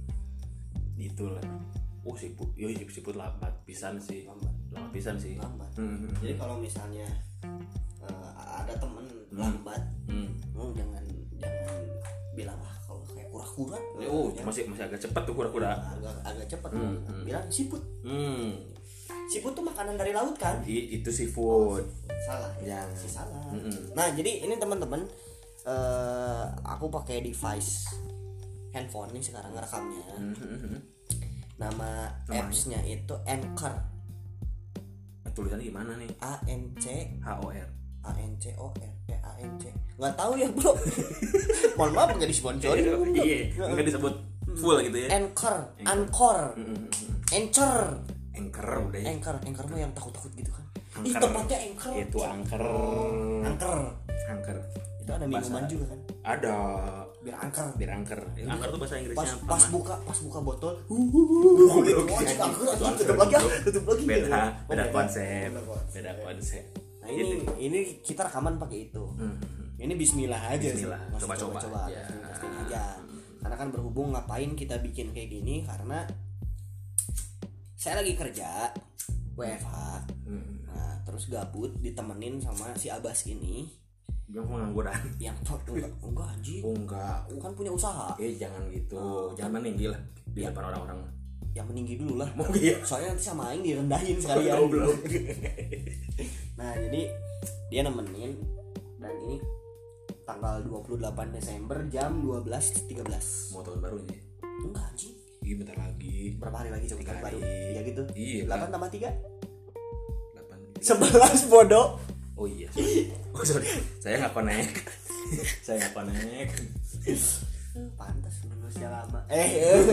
Gitu lah. Oh siput, yo siput lambat pisan sih. Lambat. Lambat pisan sih. Lambat. Hmm. Jadi kalau misalnya uh, ada temen lambat, Hmm. oh, jangan jangan bilang ah kalau kayak kura-kura. Oh, ya, masih masih agak cepat tuh kura-kura. agak agak cepat. Hmm, hmm. Bilang siput. Hmm. Siput tuh makanan dari laut kan? I, itu seafood. Salah ya. Jangan. Si salah. Mm-mm. Nah, jadi ini teman-teman uh, aku pakai device handphone nih sekarang ngerekamnya. Hmm. Nama Namanya? apps-nya itu Anchor. Tulisannya gimana nih? A N C H O R. A N C O R P A N C. Nggak tahu ya, Bro. Mohon maaf nggak disponsori. Iya, enggak disebut full gitu ya. Anchor, Anchor, Mm-mm. Anchor. Anchor udah ya. Anchor, Anchor mah yang takut-takut gitu kan. Ih, Angker. tempatnya Anchor. Itu angker. Angker. Angker. Itu ada minuman Bahasa- juga kan. Ada. Biar angker. Biar angker. Angker tuh bahasa Pas Inggrisnya pas apa? buka pas buka botol. Wajib angker, Itu anjing, angker tutup lagi, ah, gitu. tutup lagi. Beda, Oh, beda konsep. Beda konsep. Beda konsep. Nah, ini ini kita rekaman pakai itu. Hmm. Ini bismillah aja sih. Bismillah, Langsung coba-coba coba-coba aja. langsung testing aja. Karena kan berhubung ngapain kita bikin kayak gini karena saya lagi kerja W F H. Hmm. Nah, terus gabut ditemenin sama si Abbas ini Yang pengangguran. yang enggak enggak anjing. Oh enggak. Kan punya usaha. Eh jangan gitu. Jangan meninggi lah di depan orang-orang. Yang meninggi dulu lah. Oh iya. Soalnya nanti sama Aing direndahin sekalian. Goblok. Nah, jadi dia nemenin dan ini tanggal dua puluh delapan Desember jam dua belas tiga belas. Mau tahun baru ini. Enggak anjing. Iya bentar lagi. Berapa hari lagi coba Tiga tahun baru? hari. Ya gitu. Iya, delapan kan. tambah tiga delapan. sebelas bodoh. Oh iya. Sorry. Oh sorry. Saya nggak connect. Saya nggak connect. Pantas lulusnya lama. Eh, eh.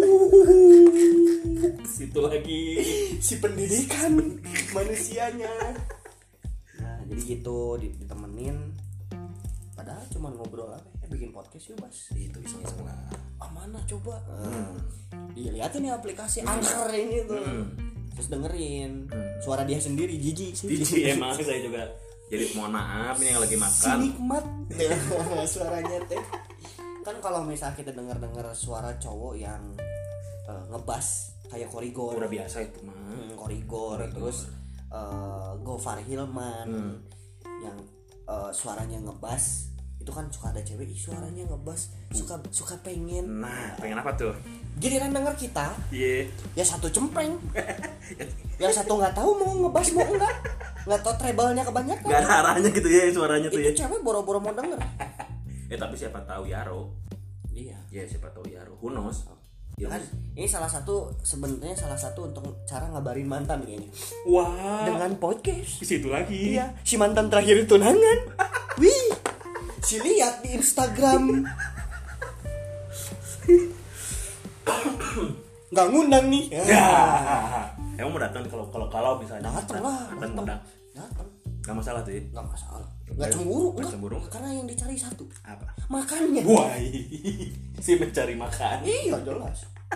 Situ lagi. si pendidikan manusianya. Nah, jadi gitu ditemenin. Padahal cuma ngobrol apa ya, bikin podcast yuk, Bas. Itu iseng-iseng lah. Ah, mana coba? Hmm. Dilihatin nih aplikasi Anchor ini tuh. Hmm. Terus dengerin Hmm. suara dia sendiri, jijik sih. Jijik emang saya juga. Jadi mohon maaf ini yang lagi Si makan. nikmat suaranya teh. Kan kalau misal kita denger-denger suara cowok yang uh, ngebas kayak Korigor, Udah biasa itu mah. hmm, Korigor, Korigor. terus uh, Gofar Hilman Hmm. yang uh, suaranya ngebas, itu kan suka ada cewek, ih suaranya ngebas, suka suka pengen. Nah, pengen apa tuh? Giliran denger kita, Iya. ya satu cempreng, yang satu nggak tahu mau ngebas mau enggak, nggak tahu treble-nya kebanyakan. Gak ada arahnya gitu ya suaranya tuh Itu ya. cewek boro-boro mau denger. Eh tapi siapa tahu Yaro. Iya. Ya siapa tahu Yaro. Who knows? Ya, Kan ini salah satu sebenarnya salah satu untuk cara ngabarin mantan kayaknya. wah. Dengan podcast. Di situ lagi. Iya, si mantan terakhir tunangan. Wih. Si lihat di Instagram. Nggak ngundang nih. Ya. Emang mau datang kalau kalau kalau misalnya. Datang lah, Datang datang. undang. Datang. Gak masalah tuh ya. Nggak masalah. Nggak Nggak- cemburu, nggak nggak. cemburu. Karena yang dicari satu, Apa? makannya. Wah. Si mencari makan. Iya jelas.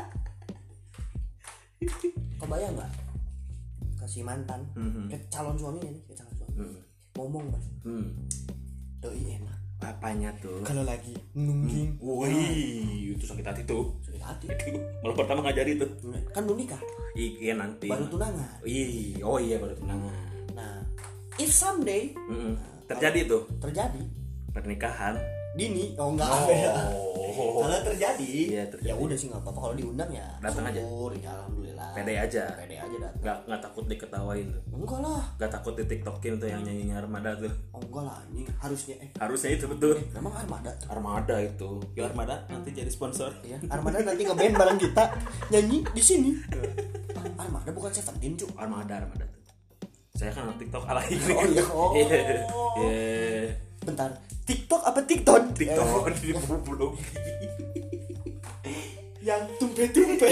Kebayang nggak? Kasih mantan, Mhm. ke calon suaminya nih, ke calon suami. Hmm. Ngomong Mas, Hmm. doi enak. Apanya tuh? Kalau lagi nungging, Wih, itu sakit hati tuh. sakit hati. Malah pertama ngajari tuh. Kan belum nikah, Iya nanti. baru tunangan. Ih, oh iya baru tunangan. Nah, if someday Mm-mm. Terjadi tuh terjadi pernikahan. dini, oh enggak ada ya. Oh. Kalau terjadi, Iya, terjadi. ya udah sih nggak apa-apa. Kalau diundang ya Datang aja. syukur, ya alhamdulillah. Pede aja. Pede aja datang. Gak nggak takut diketawain tuh. Enggak lah, Gak takut di tiktokin tuh yang nyanyinya Armada tuh. oh enggak lah ini harusnya eh Harusnya itu betul. memang Armada tuh. Armada itu. Ya Armada nanti jadi sponsor. Ya, Armada nanti ngeband bareng kita nyanyi di sini. Armada bukan Seventeen cu. Armada Armada tuh. Saya kan anak TikTok ala ini. Oh iya. Oh. Iya. Iya. Bentar, TikTok apa TikTok? TikTok di blog. Yang tumpe-tumpe.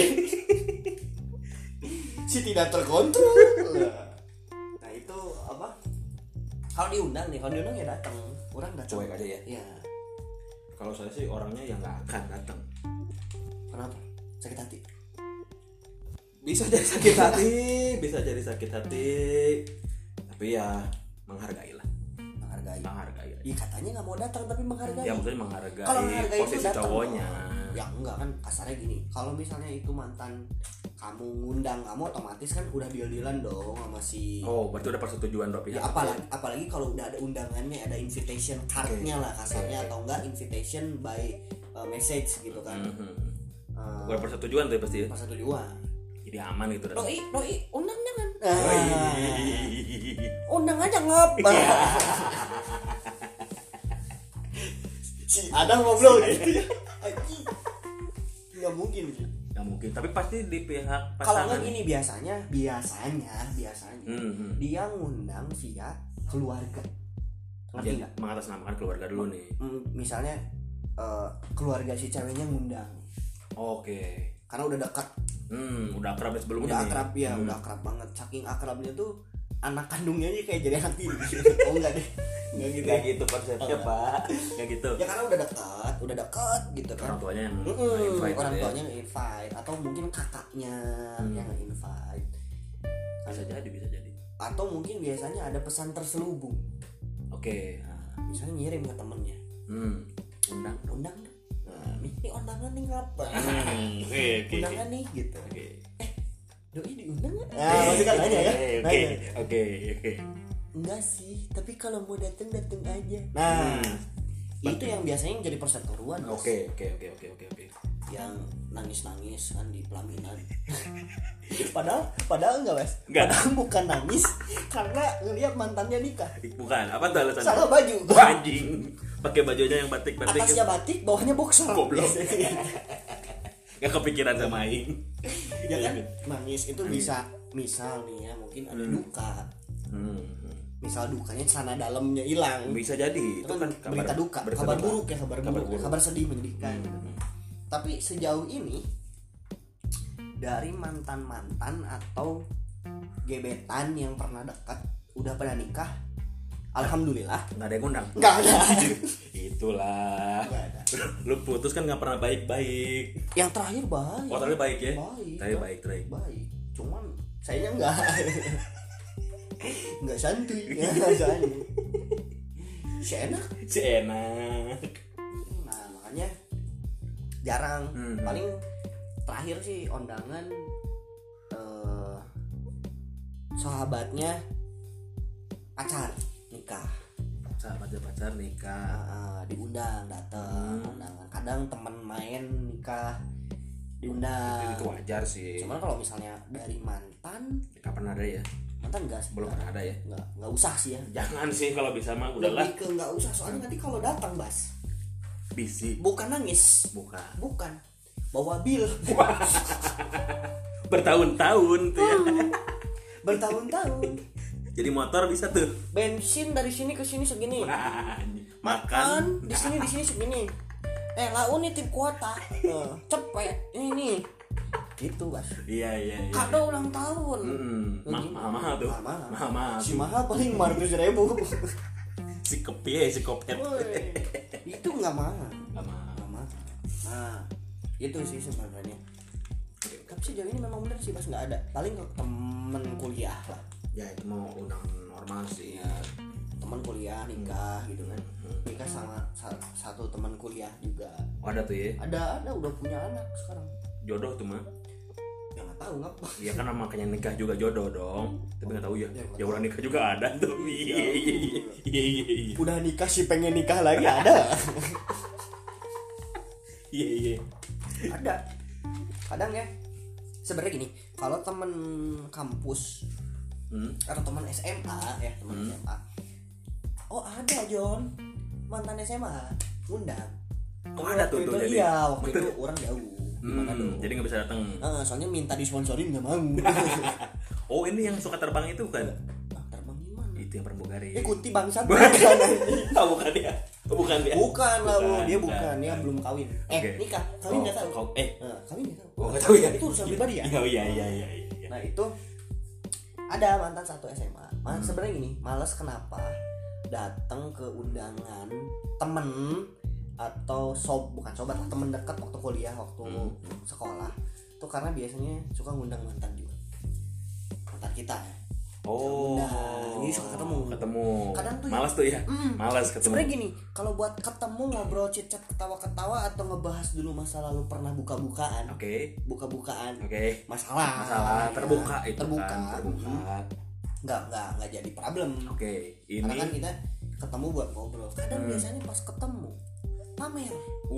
Si tidak terkontrol. Nah itu apa? Kalau diundang nih, kalau diundang ya datang. Orang datang. Cuek aja ya. Iya. Kalau saya sih orangnya yang nggak akan datang. Kenapa? Sakit hati. Bisa jadi sakit hati, bisa jadi sakit hati. Tapi ya menghargai lah. Menghargai. Menghargai. Iya katanya nggak mau datang tapi menghargai. Ya maksudnya menghargai, Kalau menghargai posisi itu datang. cowoknya. Ya enggak kan kasarnya gini. Kalau misalnya itu mantan kamu ngundang kamu otomatis kan udah deal-dealan dong sama si. Oh, berarti udah persetujuan dua pihak. Ya, apalagi apalagi kalau udah ada undangannya, ada invitation card-nya Okay. lah kasarnya, Okay. atau enggak invitation by uh, message gitu kan. Mm-hmm. Uh, Udah persetujuan tuh pasti. persetujuan. Jadi aman gitu. Doi, doi, undang jangan. Doi. Ah, undang aja ngapa? Si Adam ngobrol gitu ya. Anjing. Nggak mungkin sih. Nggak mungkin. Tapi pasti di pihak Kalau pasangan. nggak gini biasanya, biasanya, biasanya Mhm. dia ngundang via keluarga. Ngerti Jadi nggak? mengatasnamakan keluarga dulu nih. Mm, Misalnya eh, keluarga si ceweknya ngundang, Oke. karena udah dekat, Hmm, udah akrab ya sebelumnya. udah nih. akrab ya, Hmm. udah akrab banget. Saking akrabnya tuh anak kandungnya aja kayak jadi anak tiri. Oh enggak deh, enggak gitu. Nggak gitu konsepnya, Pak. Nggak gitu. Ya karena udah dekat, udah dekat gitu kan. Orang tuanya yang Mm-mm, invite orang ya. tuanya nge-invite atau mungkin kakaknya Hmm. yang nge-invite. Bisa jadi, bisa jadi. Atau mungkin biasanya ada pesan terselubung. Oke. Nah, misalnya ngirim ke temennya, Hmm. Undang. undang dong. Nah, nih, nih undangan nih ngapa? Hmm, Oke, oke. Undangan nih gitu. Oke. Doi diundang nggak? Nah, masih kan nanya ya. Oke, Nanya. oke, oke. Enggak sih, tapi kalau mau datang datang aja. Nah, Hmm. itu yang biasanya yang jadi perseteruan. Mas. Oke, oke, oke, oke, oke, oke. Yang nangis-nangis kan di pelaminan. padahal padahal enggak, Mas. Nggak. Padahal bukan nangis karena ngelihat mantannya nikah. Bukan, apa tuh alasannya? Salah baju. Wah, anjing. Pakai bajunya yang batik-batik. Atasnya batik, bawahnya boxer. Goblok. Gak kepikiran sama Aing. Ya kan nangis itu bisa misal nih ya mungkin ada Hmm. duka. Hmm. Misal dukanya celana dalamnya hilang. Bisa jadi. Itu kan berita duka, berita kabar duka. buruk ya, kabar, Kabar buruk, buruk. kabar sedih menyedihkan. Hmm. Tapi sejauh ini dari mantan-mantan atau gebetan yang pernah dekat udah pernah nikah, alhamdulillah Nggak ada yang ngundang. nggak ada. Itulah. Nggak ada. Lu putus kan nggak pernah baik-baik. Yang terakhir baik. Oh, terakhir baik ya? Baik. Terakhir baik, terakhir. Baik. Cuman sayanya enggak. Enggak santuy. Enggak santuy. Si enak. Si enak. Nah, makanya jarang. Hmm. Paling terakhir sih undangan eh, sahabatnya pacar nikah. Sahabatnya pacar nikah. uh, diundang datang Hmm. undangan. Kadang teman main nikah diundang. Itu wajar sih. Cuman kalau misalnya dari mantan, Kapan ada ya? mantan enggak Belum pernah ada ya. enggak enggak usah sih ya. Jangan sih kalau bisa mah udahlah. Lebih ke enggak usah soalnya nanti kalau datang Bas, Bisi. bukan nangis, Bukan. bukan bawa bil. Bertahun-tahun tuh ya. Bertahun-tahun. Jadi motor bisa tuh. Bensin dari sini ke sini segini. Makan. Makan di sini di sini segini. Eh, lau nitip kuota. Eh, cepet. Ini nih. Gitu, Bas. Iya, iya, iya. Kado ulang tahun. Hmm, ma- mahal mahal tuh. Mahal. Mahal mahal. Si mahal paling lima ratus ribu. Si kopi ya, si kopet. Woi, itu nggak mahal. Nggak mahal. Nggak mahal. Nah, itu sih sebenarnya. Tapi sejauh ini memang benar sih Bas, nggak ada. Paling ke temen kuliah lah. Ya itu mau undang normal sih. Ya, teman kuliah nikah gitu kan. Nikah sama sa- satu teman kuliah juga. Oh, ada tuh ya. Ada ada udah punya anak sekarang. Jodoh tuh mah. Ya nggak tahu ngapa. Iya kan makanya nikah juga jodoh dong. Tapi nggak tahu ya. Ya, nggak Ya tahu. orang nikah juga ada tuh. Iya iya iya iya iya iya. Udah nikah sih pengen nikah lagi ada. Iya iya. Ada. Kadang ya. Sebenarnya gini, kalau temen kampus Hmm. atau teman S M A ya, teman Hmm. S M A. Oh, ada John. Mantan S M A ngundang. Oh, Tapi ada waktu tuh, itu, tuh, jadi. iya, waktu itu orang jauh. Gimana Hmm, dong? jadi nggak bisa datang. Eh, soalnya minta disponsorin nggak mau. Oh ini yang suka terbang itu kan? Ah, terbang gimana? Itu yang pramugari. Eh Kunti bangsat. Bukan. Oh, bukan dia. Oh, bukan dia. Bukan lah, Bukan, dia bukan, bukan, dia bukan. belum kawin. Eh, Oke. nikah, kawin enggak tahu. Kau eh Nah, kawin enggak tahu. oh, enggak tahu ya. Itu urusan pribadi ya. Oh iya iya iya iya. Nah, itu ada mantan satu S M A. Mas, Hmm. sebenarnya gini, males kenapa datang ke undangan temen atau sob bukan sobat lah, temen dekat waktu kuliah, waktu Hmm. sekolah. Itu karena biasanya suka ngundang mantan juga. Mantan kita ya. Oh. Nah, jadi suka ketemu. Ketemu. Kadang tuh malas tuh ya. Mm. Malas ketemu. Sebenarnya gini, kalau buat ketemu ngobrol chat-chat ketawa-ketawa atau ngebahas dulu masa lalu pernah buka-bukaan. Oke. Buka-bukaan. Oke. Masalah. Masalah ya. terbuka itu terbuka. kan, terbuka. Nggak, nggak, nggak jadi problem. Oke, Karena ini kan kita ketemu buat ngobrol. Kadang Hmm. biasanya pas ketemu pamer.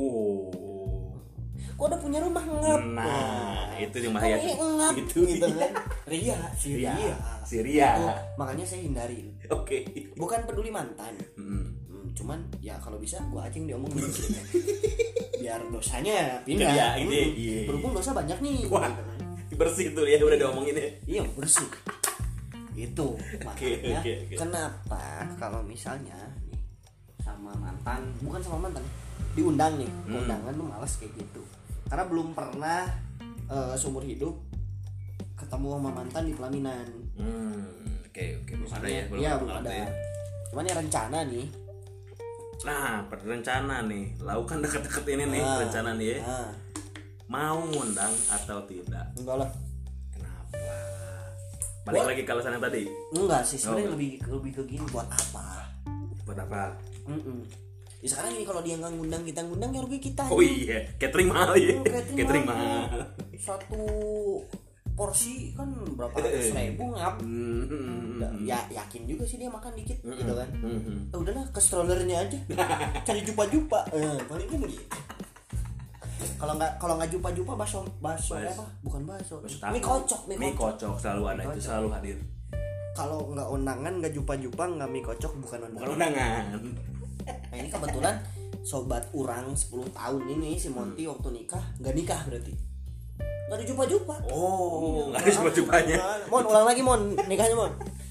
oh. Kok udah punya rumah ngap? Nah, itu yang Kok bahaya. ini ngap? Itu gitu dia. kan. Ria, si Ria. Ria. Si Ria. Itu, makanya saya hindarin. Oke. Bukan peduli mantan. Hmm. Hmm, cuman ya kalau bisa gua aja yang diomongin gitu kan. Biar dosanya pindah. Iya, ide, Hmm, iya. berhubung dosa banyak nih. Wah. gitu kan. Bersih tuh ya udah diomongin ya. Iya bersih. Itu makanya oke, oke. kenapa kalau misalnya nih sama mantan, bukan sama mantan, diundang nih, Hmm. undangan tuh males kayak gitu. Karena belum pernah uh, seumur hidup ketemu sama mantan di pelaminan. Hmm. Oke, oke. Belum ada ya, belum Iya, ada belum pengalaman ada. ya. Cuman ya rencana nih. Nah, berencana nih. Lau kan deket-deket ini nih, Nah, rencana nih ya. Nah, Mau ngundang atau tidak? enggak lah. Kenapa? Balik Buat- lagi ke alasan yang tadi. Enggak sih, sebenarnya Oh. lebih lebih ke gini, buat apa? Buat apa? Mm-mm. Ya sekarang ini kalau dia nggak ngundang, kita ngundang ya rugi kita. Oh iya, catering mahal ya. Oh, catering Catering mahal. mahal. Satu porsi kan berapa ratus ribu ngap. Hmm. Ya yakin juga sih dia makan dikit gitu kan. Hmm. Ya udahlah ke strollernya aja. Cari jupa-jupa. Eh, paling kan gitu. Kalau nggak kalau nggak jupa-jupa bakso bakso Bas- apa? Bukan bakso. Bakso Mie tahu. kocok, mie Mie kocok. kocok selalu ada, Mie itu kocok. selalu hadir. Kalau nggak undangan, nggak jupa-jupa, nggak mie kocok, bukan undangan. Bukan undangan. Nah, ini kebetulan sobat urang sepuluh tahun ini si Monty Hmm. waktu nikah nggak nikah berarti. Nggak ada jupa-jupa. Oh, nggak ada jupa-jupanya. Mon, ulang lagi Mon, nikahnya Mon.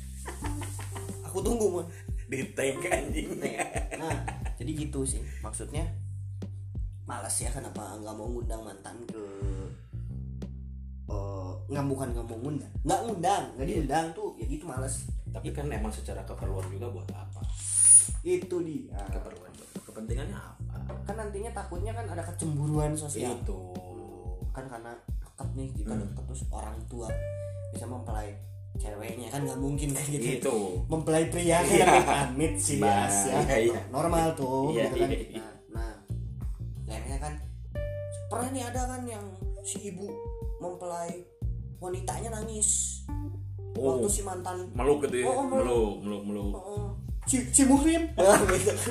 Aku tunggu Mon. Di tank anjing. Nah, jadi gitu sih maksudnya. Malas ya kenapa nggak mau ngundang mantan ke eh, nggak bukan nggak mau ngundang, nggak ngundang, nggak diundang tuh ya gitu malas. Tapi kan emang secara keperluan juga buat apa? Itu dia. Keperluan. Kepentingannya apa? Kan nantinya takutnya kan ada kecemburuan sosial. Itu. Kan karena deket nih kita Hmm. deket terus orang tua bisa mempelai ceweknya kan nggak mungkin kan gitu. Itu. Mempelai pria kan Iya. sampai pamit sih Iya, Bas ya. iya, iya. Normal tuh Iya, gitu kan. iya, iya. Nah, nah akhirnya kan pernah nih ada kan yang si ibu mempelai wanitanya nangis Oh. waktu si mantan Meluk gitu ya. Oh, oh, meluk. meluk, meluk, meluk. oh, si si muhrim nah, gitu kan.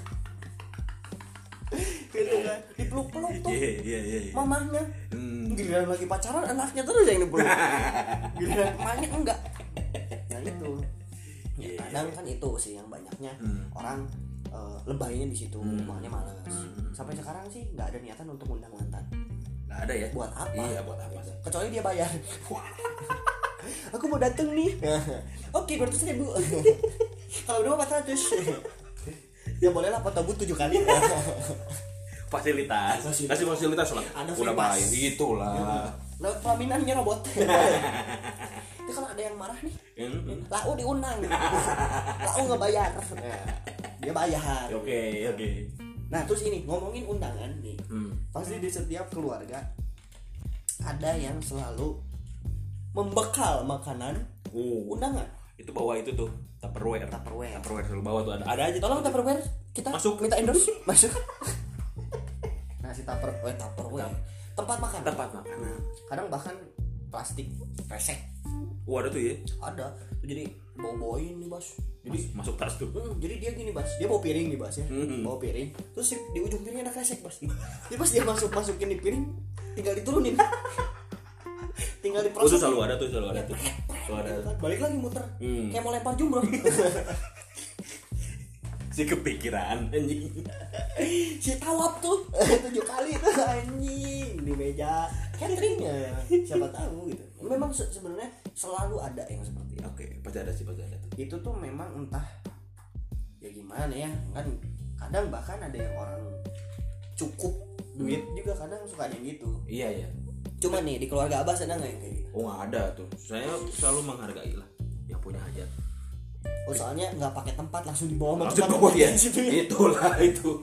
Gitu kan dipeluk-peluk tuh Iya, iya, iya. iya. mamahnya. Hmm. Giliran lagi pacaran anaknya terus yang dipeluk. Giliran emaknya enggak. Nah itu. Ya, Iya, kadang kan itu sih yang banyaknya Hmm. orang eh, lebaynya di situ, Hmm. makanya malas. Hmm. Sampai sekarang sih nggak ada niatan untuk undang mantan. Nggak ada ya? Buat apa? Iya, buat apa sih? Kecuali dia bayar. Aku mau dateng nih. Oke, dua ratus ribu. Kalau udah empat ratus. Ya boleh lah foto but tujuh kali. Fasilitas. Fasilitas. Kasih fasilitas lah. Ada Udah free pass. bayar. Itulah. Lewat pelaminannya robot. Itu kalau ada yang marah nih, Hmm. lau diundang. Lau nggak bayar. Dia bayar. Oke, oke. Nah terus ini ngomongin undangan nih, Hmm. pasti di setiap keluarga ada yang selalu membekal makanan Oh, undangan. itu bawa itu tuh Tupperware. Tupperware. Tupperware selalu bawa tuh ada. Ada aja. Tolong Tupperware kita Masuk. minta endorse masuk. Nah si Tupperware, Tupperware tempat makan. Tempat makan. Nah, kadang bahkan plastik resek Oh, ada tuh ya. ada. Tuh jadi bawa-bawain nih Bas. Jadi Jadi masuk tas tuh. Hmm, jadi dia gini Bas, dia bawa piring nih Bas ya, Hmm. bawa piring, terus di, di ujung piringnya ada kresek Bas. Jadi pas dia masuk masukin di piring, tinggal diturunin, tinggal Oh, itu diproses. selalu ada tuh, selalu ada tuh. Selalu ada. Balik lagi muter, Hmm. kayak mau lempar jumroh. Si kepikiran anjing. Si tawab tuh tujuh kali tuh anjing di meja cateringnya, siapa tahu gitu. Memang se- sebenarnya selalu ada yang seperti itu. Oke, pasti ada sih, pasti ada. Itu tuh memang entah ya gimana ya, kan kadang bahkan ada yang orang cukup duit juga kadang suka ada yang gitu. Iya ya. Cuma nih di keluarga Abbas ada nggak yang kayak gitu? Oh nggak ada tuh. Saya selalu menghargai lah yang punya hajat. Oh soalnya nggak pakai tempat langsung dibawa Langsung tempat bawa ya. situ ya. Itulah itu.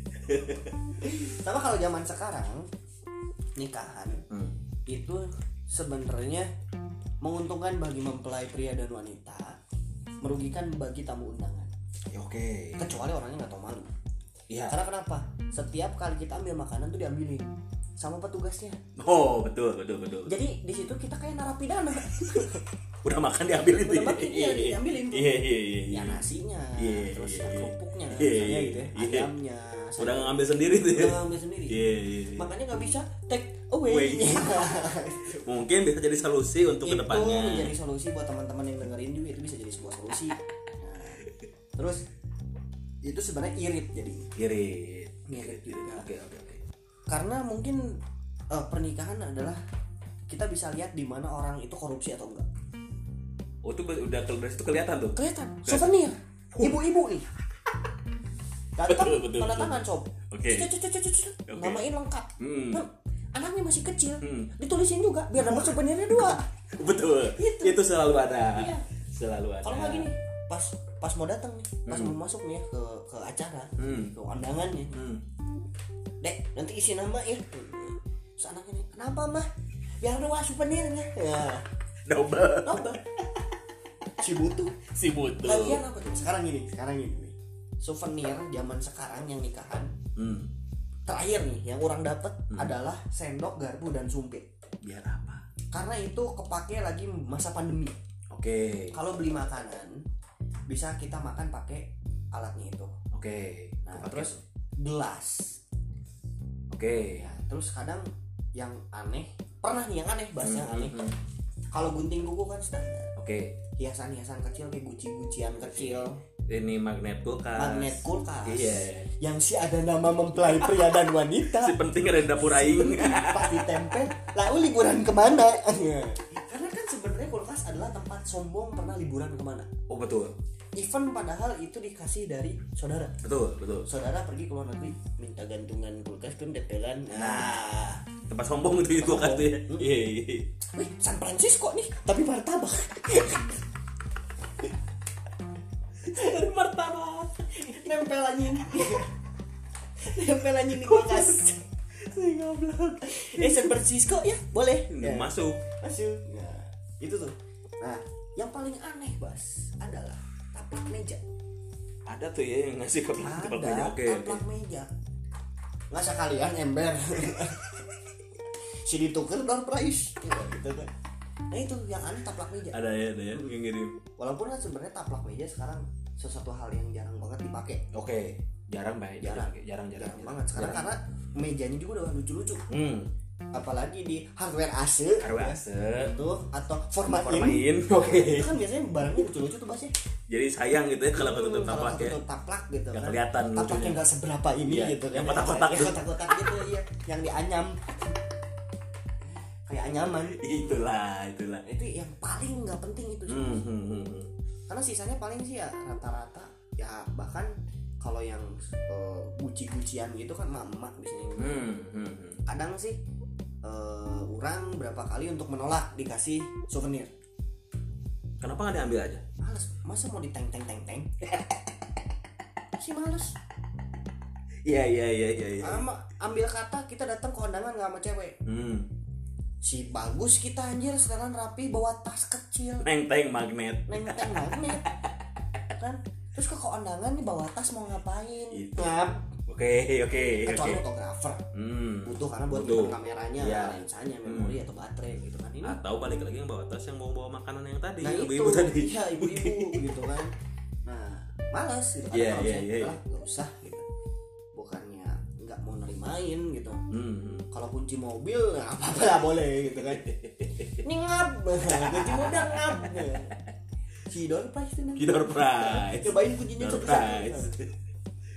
Sama kalau zaman sekarang nikahan Hmm. itu sebenarnya menguntungkan bagi mempelai pria dan wanita, merugikan bagi tamu undangan. Ya, oke. Kecuali orangnya nggak tahu malu. Iya. Karena kenapa? Setiap kali kita ambil makanan tuh diambilin sama petugasnya. Oh betul betul betul. Jadi di situ kita kayak narapidana. Udah makan diambilin tuh. Udah makan, iya, diambilin tuh. Iya iya iya. Ya nasinya, Iya, terus iya, ya iya. kerupuknya, Iya, misalnya iya, gitu ya, iya. ayamnya. Udah ngambil sendiri tuh. Ya? Udah ngambil sendiri. Iya iya. iya. Makanya nggak bisa take away. Away. Mungkin bisa jadi solusi untuk Itu kedepannya. menjadi solusi buat teman-teman yang dengerin juga, itu bisa jadi sebuah solusi. Nah, terus itu sebenarnya irit jadi. Irit. Irit juga. Oke oke oke. Karena mungkin eh, pernikahan adalah kita bisa lihat di mana orang itu korupsi atau enggak. Oh itu udah dari situ kelihatan tuh. Kelihatan. Souvenir. Ibu-ibu nih. Datang Betul, betul, tanda betul. tangan sob. Oke. Cet, cet, cet, cet, cet. Oke. Namain lengkap. Hmm. Nah, anaknya masih kecil. Hmm. Ditulisin juga biar dapat souvenirnya dua. Betul. Itu. Itu selalu ada. Iya. Selalu ada. Kalau nggak gini, pas pas mau datang nih, pas Hmm. mau masuk nih ya ke ke acara, Hmm. ke undangannya. Hmm. Dek, nanti isi nama ya. Terus anaknya nih, kenapa mah? Biar dua souvenirnya. Ya, Double. apa? Si butuh. Si butuh. Lagian apa tuh? Sekarang gini, sekarang gini nih. Souvenir zaman sekarang yang nikahan Hmm. terakhir nih yang orang dapat Hmm. adalah sendok, garpu dan sumpit. Biar apa? Karena itu kepake lagi masa pandemi. Oke. Kalau beli makanan bisa kita makan pakai alatnya itu. Oke. Nah, Oke. terus gelas. Oke. Ya, terus kadang yang aneh, pernah nih yang aneh, bahas yang Hmm, aneh. hmm, hmm. Kalau gunting kuku kan standar. Oke. Hiasan-hiasan kecil kayak guci-gucian kecil, Ini magnet kulkas. magnet kulkas. Iya. Yang si ada nama mempelai pria dan wanita. Si penting ada di dapur aing. Pas ditempel, lalu liburan kemana? Karena kan sebenarnya kulkas adalah tempat sombong pernah liburan kemana. Oh betul. Even padahal itu dikasih dari saudara. Betul, betul. Saudara pergi ke luar negeri minta gantungan kulkas tuh depelan. Nah, Tempat sombong itu itu kan tuh ya. Hmm. Iya, iya. wih San Francisco nih, tapi martabak. Martabak. Nempel anjing. Nempel anjing di kulkas. Goblok. Eh San Francisco ya, boleh. Ya. Masuk. Masuk. Nah, itu tuh. Nah, yang paling aneh, Bas, adalah taplak meja. Ada tuh ya yang ngasih ke Ada meja. Oke, oke. taplak meja. Nggak sekalian ember. Si dituker door price. Ya, gitu kan. Nah, itu yang aneh taplak meja. Ada ya, ada ya yang ngirim. Walaupun kan sebenarnya taplak meja sekarang sesuatu hal yang jarang banget dipakai. Oke. Jarang baik, Jarang. jarang, jarang, jarang, Jarang banget sekarang karena mejanya juga udah lucu-lucu. Hmm. Apalagi di hardware A C. Hardware A C. Itu atau format Formain. Oke. Itu kan biasanya barangnya lucu-lucu tuh Bas ya. Jadi sayang gitu ya kalau ketutup Hmm, taplak kalau ya. ketutup taplak gitu Nggak kan. kelihatan Taplak lucunya. yang nggak seberapa ini Iya, gitu kan. yang kotak-kotak Yang tuh. kotak-kotak gitu iya, yang dianyam. Kayak anyaman. Itulah, itulah. Itu yang paling nggak penting itu sih. Hmm, hmm, hmm, hmm. Karena sisanya paling sih ya rata-rata ya bahkan kalau yang uh, guci-gucian gitu kan mama biasanya. Hmm, hmm, hmm. Kadang sih uh, orang berapa kali untuk menolak dikasih souvenir. Kenapa nggak diambil aja? Males, masa mau diteng-teng-teng-teng? Si males. Iya, iya, iya, iya. iya. Ama, ambil kata kita datang ke undangan nggak sama cewek. Hmm. Si bagus kita anjir sekarang rapi bawa tas kecil, Neng-teng magnet. neng-teng magnet, kan? Terus ke kondangan nih bawa tas mau ngapain? Itu. Ngap. Oke, oke, Kecuali oke. fotografer. Hmm. Butuh karena buat Butuh. nyimpen kameranya, Iya. lensanya, memori atau baterai gitu kan. Ini Atau balik lagi yang bawa tas yang mau bawa makanan yang tadi, nah ibu-ibu itu, tadi. iya ibu-ibu gitu kan. Nah, malas gitu kan. Iya, Kalau iya, saya, iya, iya. "Ah, nggak usah gitu. Bukannya nggak mau nerimain gitu. Hmm. Kalau kunci mobil ya apa-apa lah boleh gitu kan. Ini ngap, kunci mobil ngap. Si door price itu nanti. Kidor price. Cobain kuncinya Door satu-satu. price. Nah itu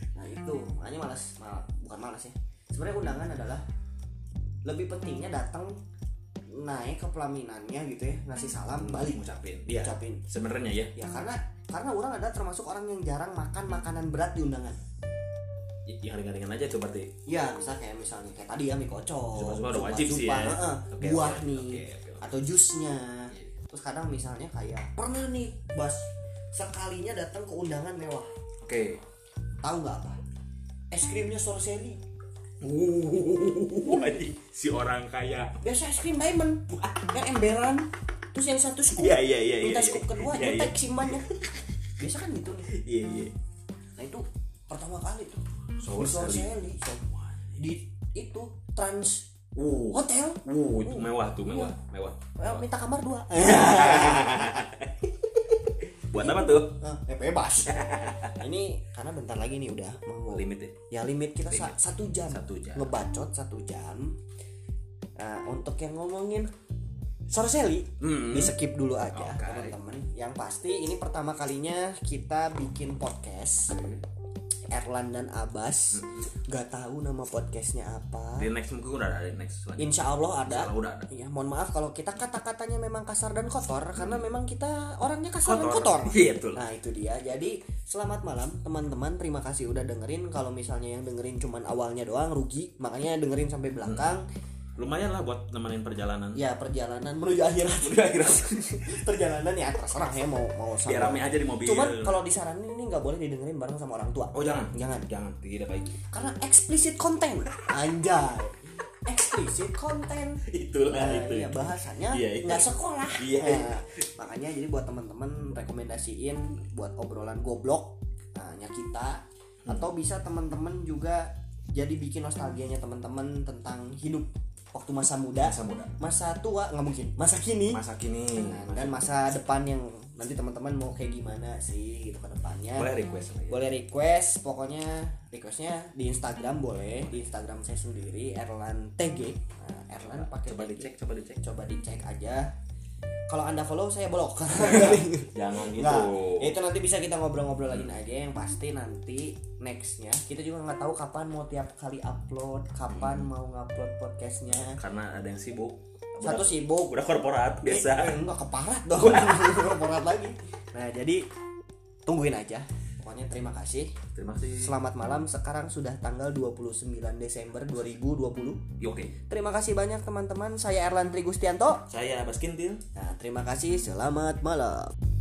Tuh, makanya malas, mal, bukan malas ya. Sebenarnya undangan adalah lebih pentingnya datang naik ke pelaminannya gitu ya, ngasih salam, balik ngucapin. Iya. Ucapin. Sebenarnya ya. Ya karena karena orang ada termasuk orang yang jarang makan makanan berat di undangan. Ya ringan-ringan aja tuh berarti. Ya, misal kayak misalnya kayak tadi ya mie kocok, Supa-supa udah wajib sih ya. uh, Oke, buah oke, nih, oke, oke, oke. atau jusnya. Terus kadang misalnya kayak pernah nih, Bas, sekalinya datang ke undangan mewah. Oke. Tahu nggak apa? Es krimnya Sorcelli. Uh, si orang kaya. Biasa es krim diamond, yang emberan. Terus yang satu scoop. Iya iya iya. Minta iya, scoop iya. kedua, Iya, nyetek iya. simbannya. Biasa kan gitu nih. Iya iya. Nah itu pertama kali tuh. Sorcelli. Sorcelli. Di itu Trans Uh. Hotel. Uh, itu mewah tuh, mewah, mewah. Eh, minta kamar dua. Buat apa tuh? Nah, eh, bebas. Nah, ini karena bentar lagi nih udah mau Limit ya. ya limit kita Limit. sa- satu jam. Satu jam. Ngebacot satu jam. Nah, untuk yang ngomongin Sorcelli, Hmm. di skip dulu aja Oke. teman-teman. Yang pasti ini pertama kalinya kita bikin podcast. Erlan dan Abbas, gak tahu nama podcastnya apa. Di next mungkin udah ada di next lagi. Insya Allah ada. Insya Allah udah ada. Ya, mohon maaf kalau kita kata-katanya memang kasar dan kotor karena memang kita orangnya kasar dan Kotor. kotor. Iya, betul. Nah, itu dia. Jadi, selamat malam teman-teman. Terima kasih udah dengerin. Kalau misalnya yang dengerin cuman awalnya doang rugi, makanya dengerin sampai belakang. Lumayan lah buat nemenin perjalanan. Ya, perjalanan menuju akhirat. Menuju akhirat. Perjalanan ya terserah ya mau mau sama. Biar rame aja di mobil. Cuman kalau disaranin ini nggak boleh didengerin bareng sama orang tua. Oh jangan. Jangan. Jangan. Tidak baik. Karena explicit content. Anjay. Explicit content. Itulah Nah, itu. iya, bahasanya Iya, itu. nggak sekolah. Iya. Nah, makanya jadi buat teman-teman rekomendasiin buat obrolan goblok, nah, nya kita Hmm. atau bisa teman-teman juga jadi bikin nostalgianya teman-teman tentang hidup waktu masa muda, Masa muda. masa tua nggak mungkin, masa kini, Masa kini. nah, dan masa depan yang nanti teman-teman mau kayak gimana sih gitu ke depannya. Boleh request lah ya. Boleh request, pokoknya requestnya di Instagram boleh, di Instagram saya sendiri Erlan T G. Nah, Erlan pakai Coba T G. dicek, coba dicek. Coba dicek aja. Kalau Anda follow saya blok. Jangan gitu. Nah, itu nanti bisa kita ngobrol-ngobrol lagi aja. Yang pasti nanti nextnya kita juga nggak tahu kapan mau tiap kali upload, kapan Hmm. mau ngupload podcastnya. Karena ada yang sibuk. Satu Udah- sibuk, Udah korporat Eh, biasa. eh, enggak keparat dong. Korporat lagi. Nah, jadi tungguin aja. Pokoknya terima kasih. Terima kasih. Selamat malam. Sekarang sudah tanggal dua puluh sembilan Desember dua ribu dua puluh. Ya, Oke. Terima kasih banyak teman-teman. Saya Erlan Trigustianto. Saya Abbas Kintil. Nah, terima kasih. Selamat malam.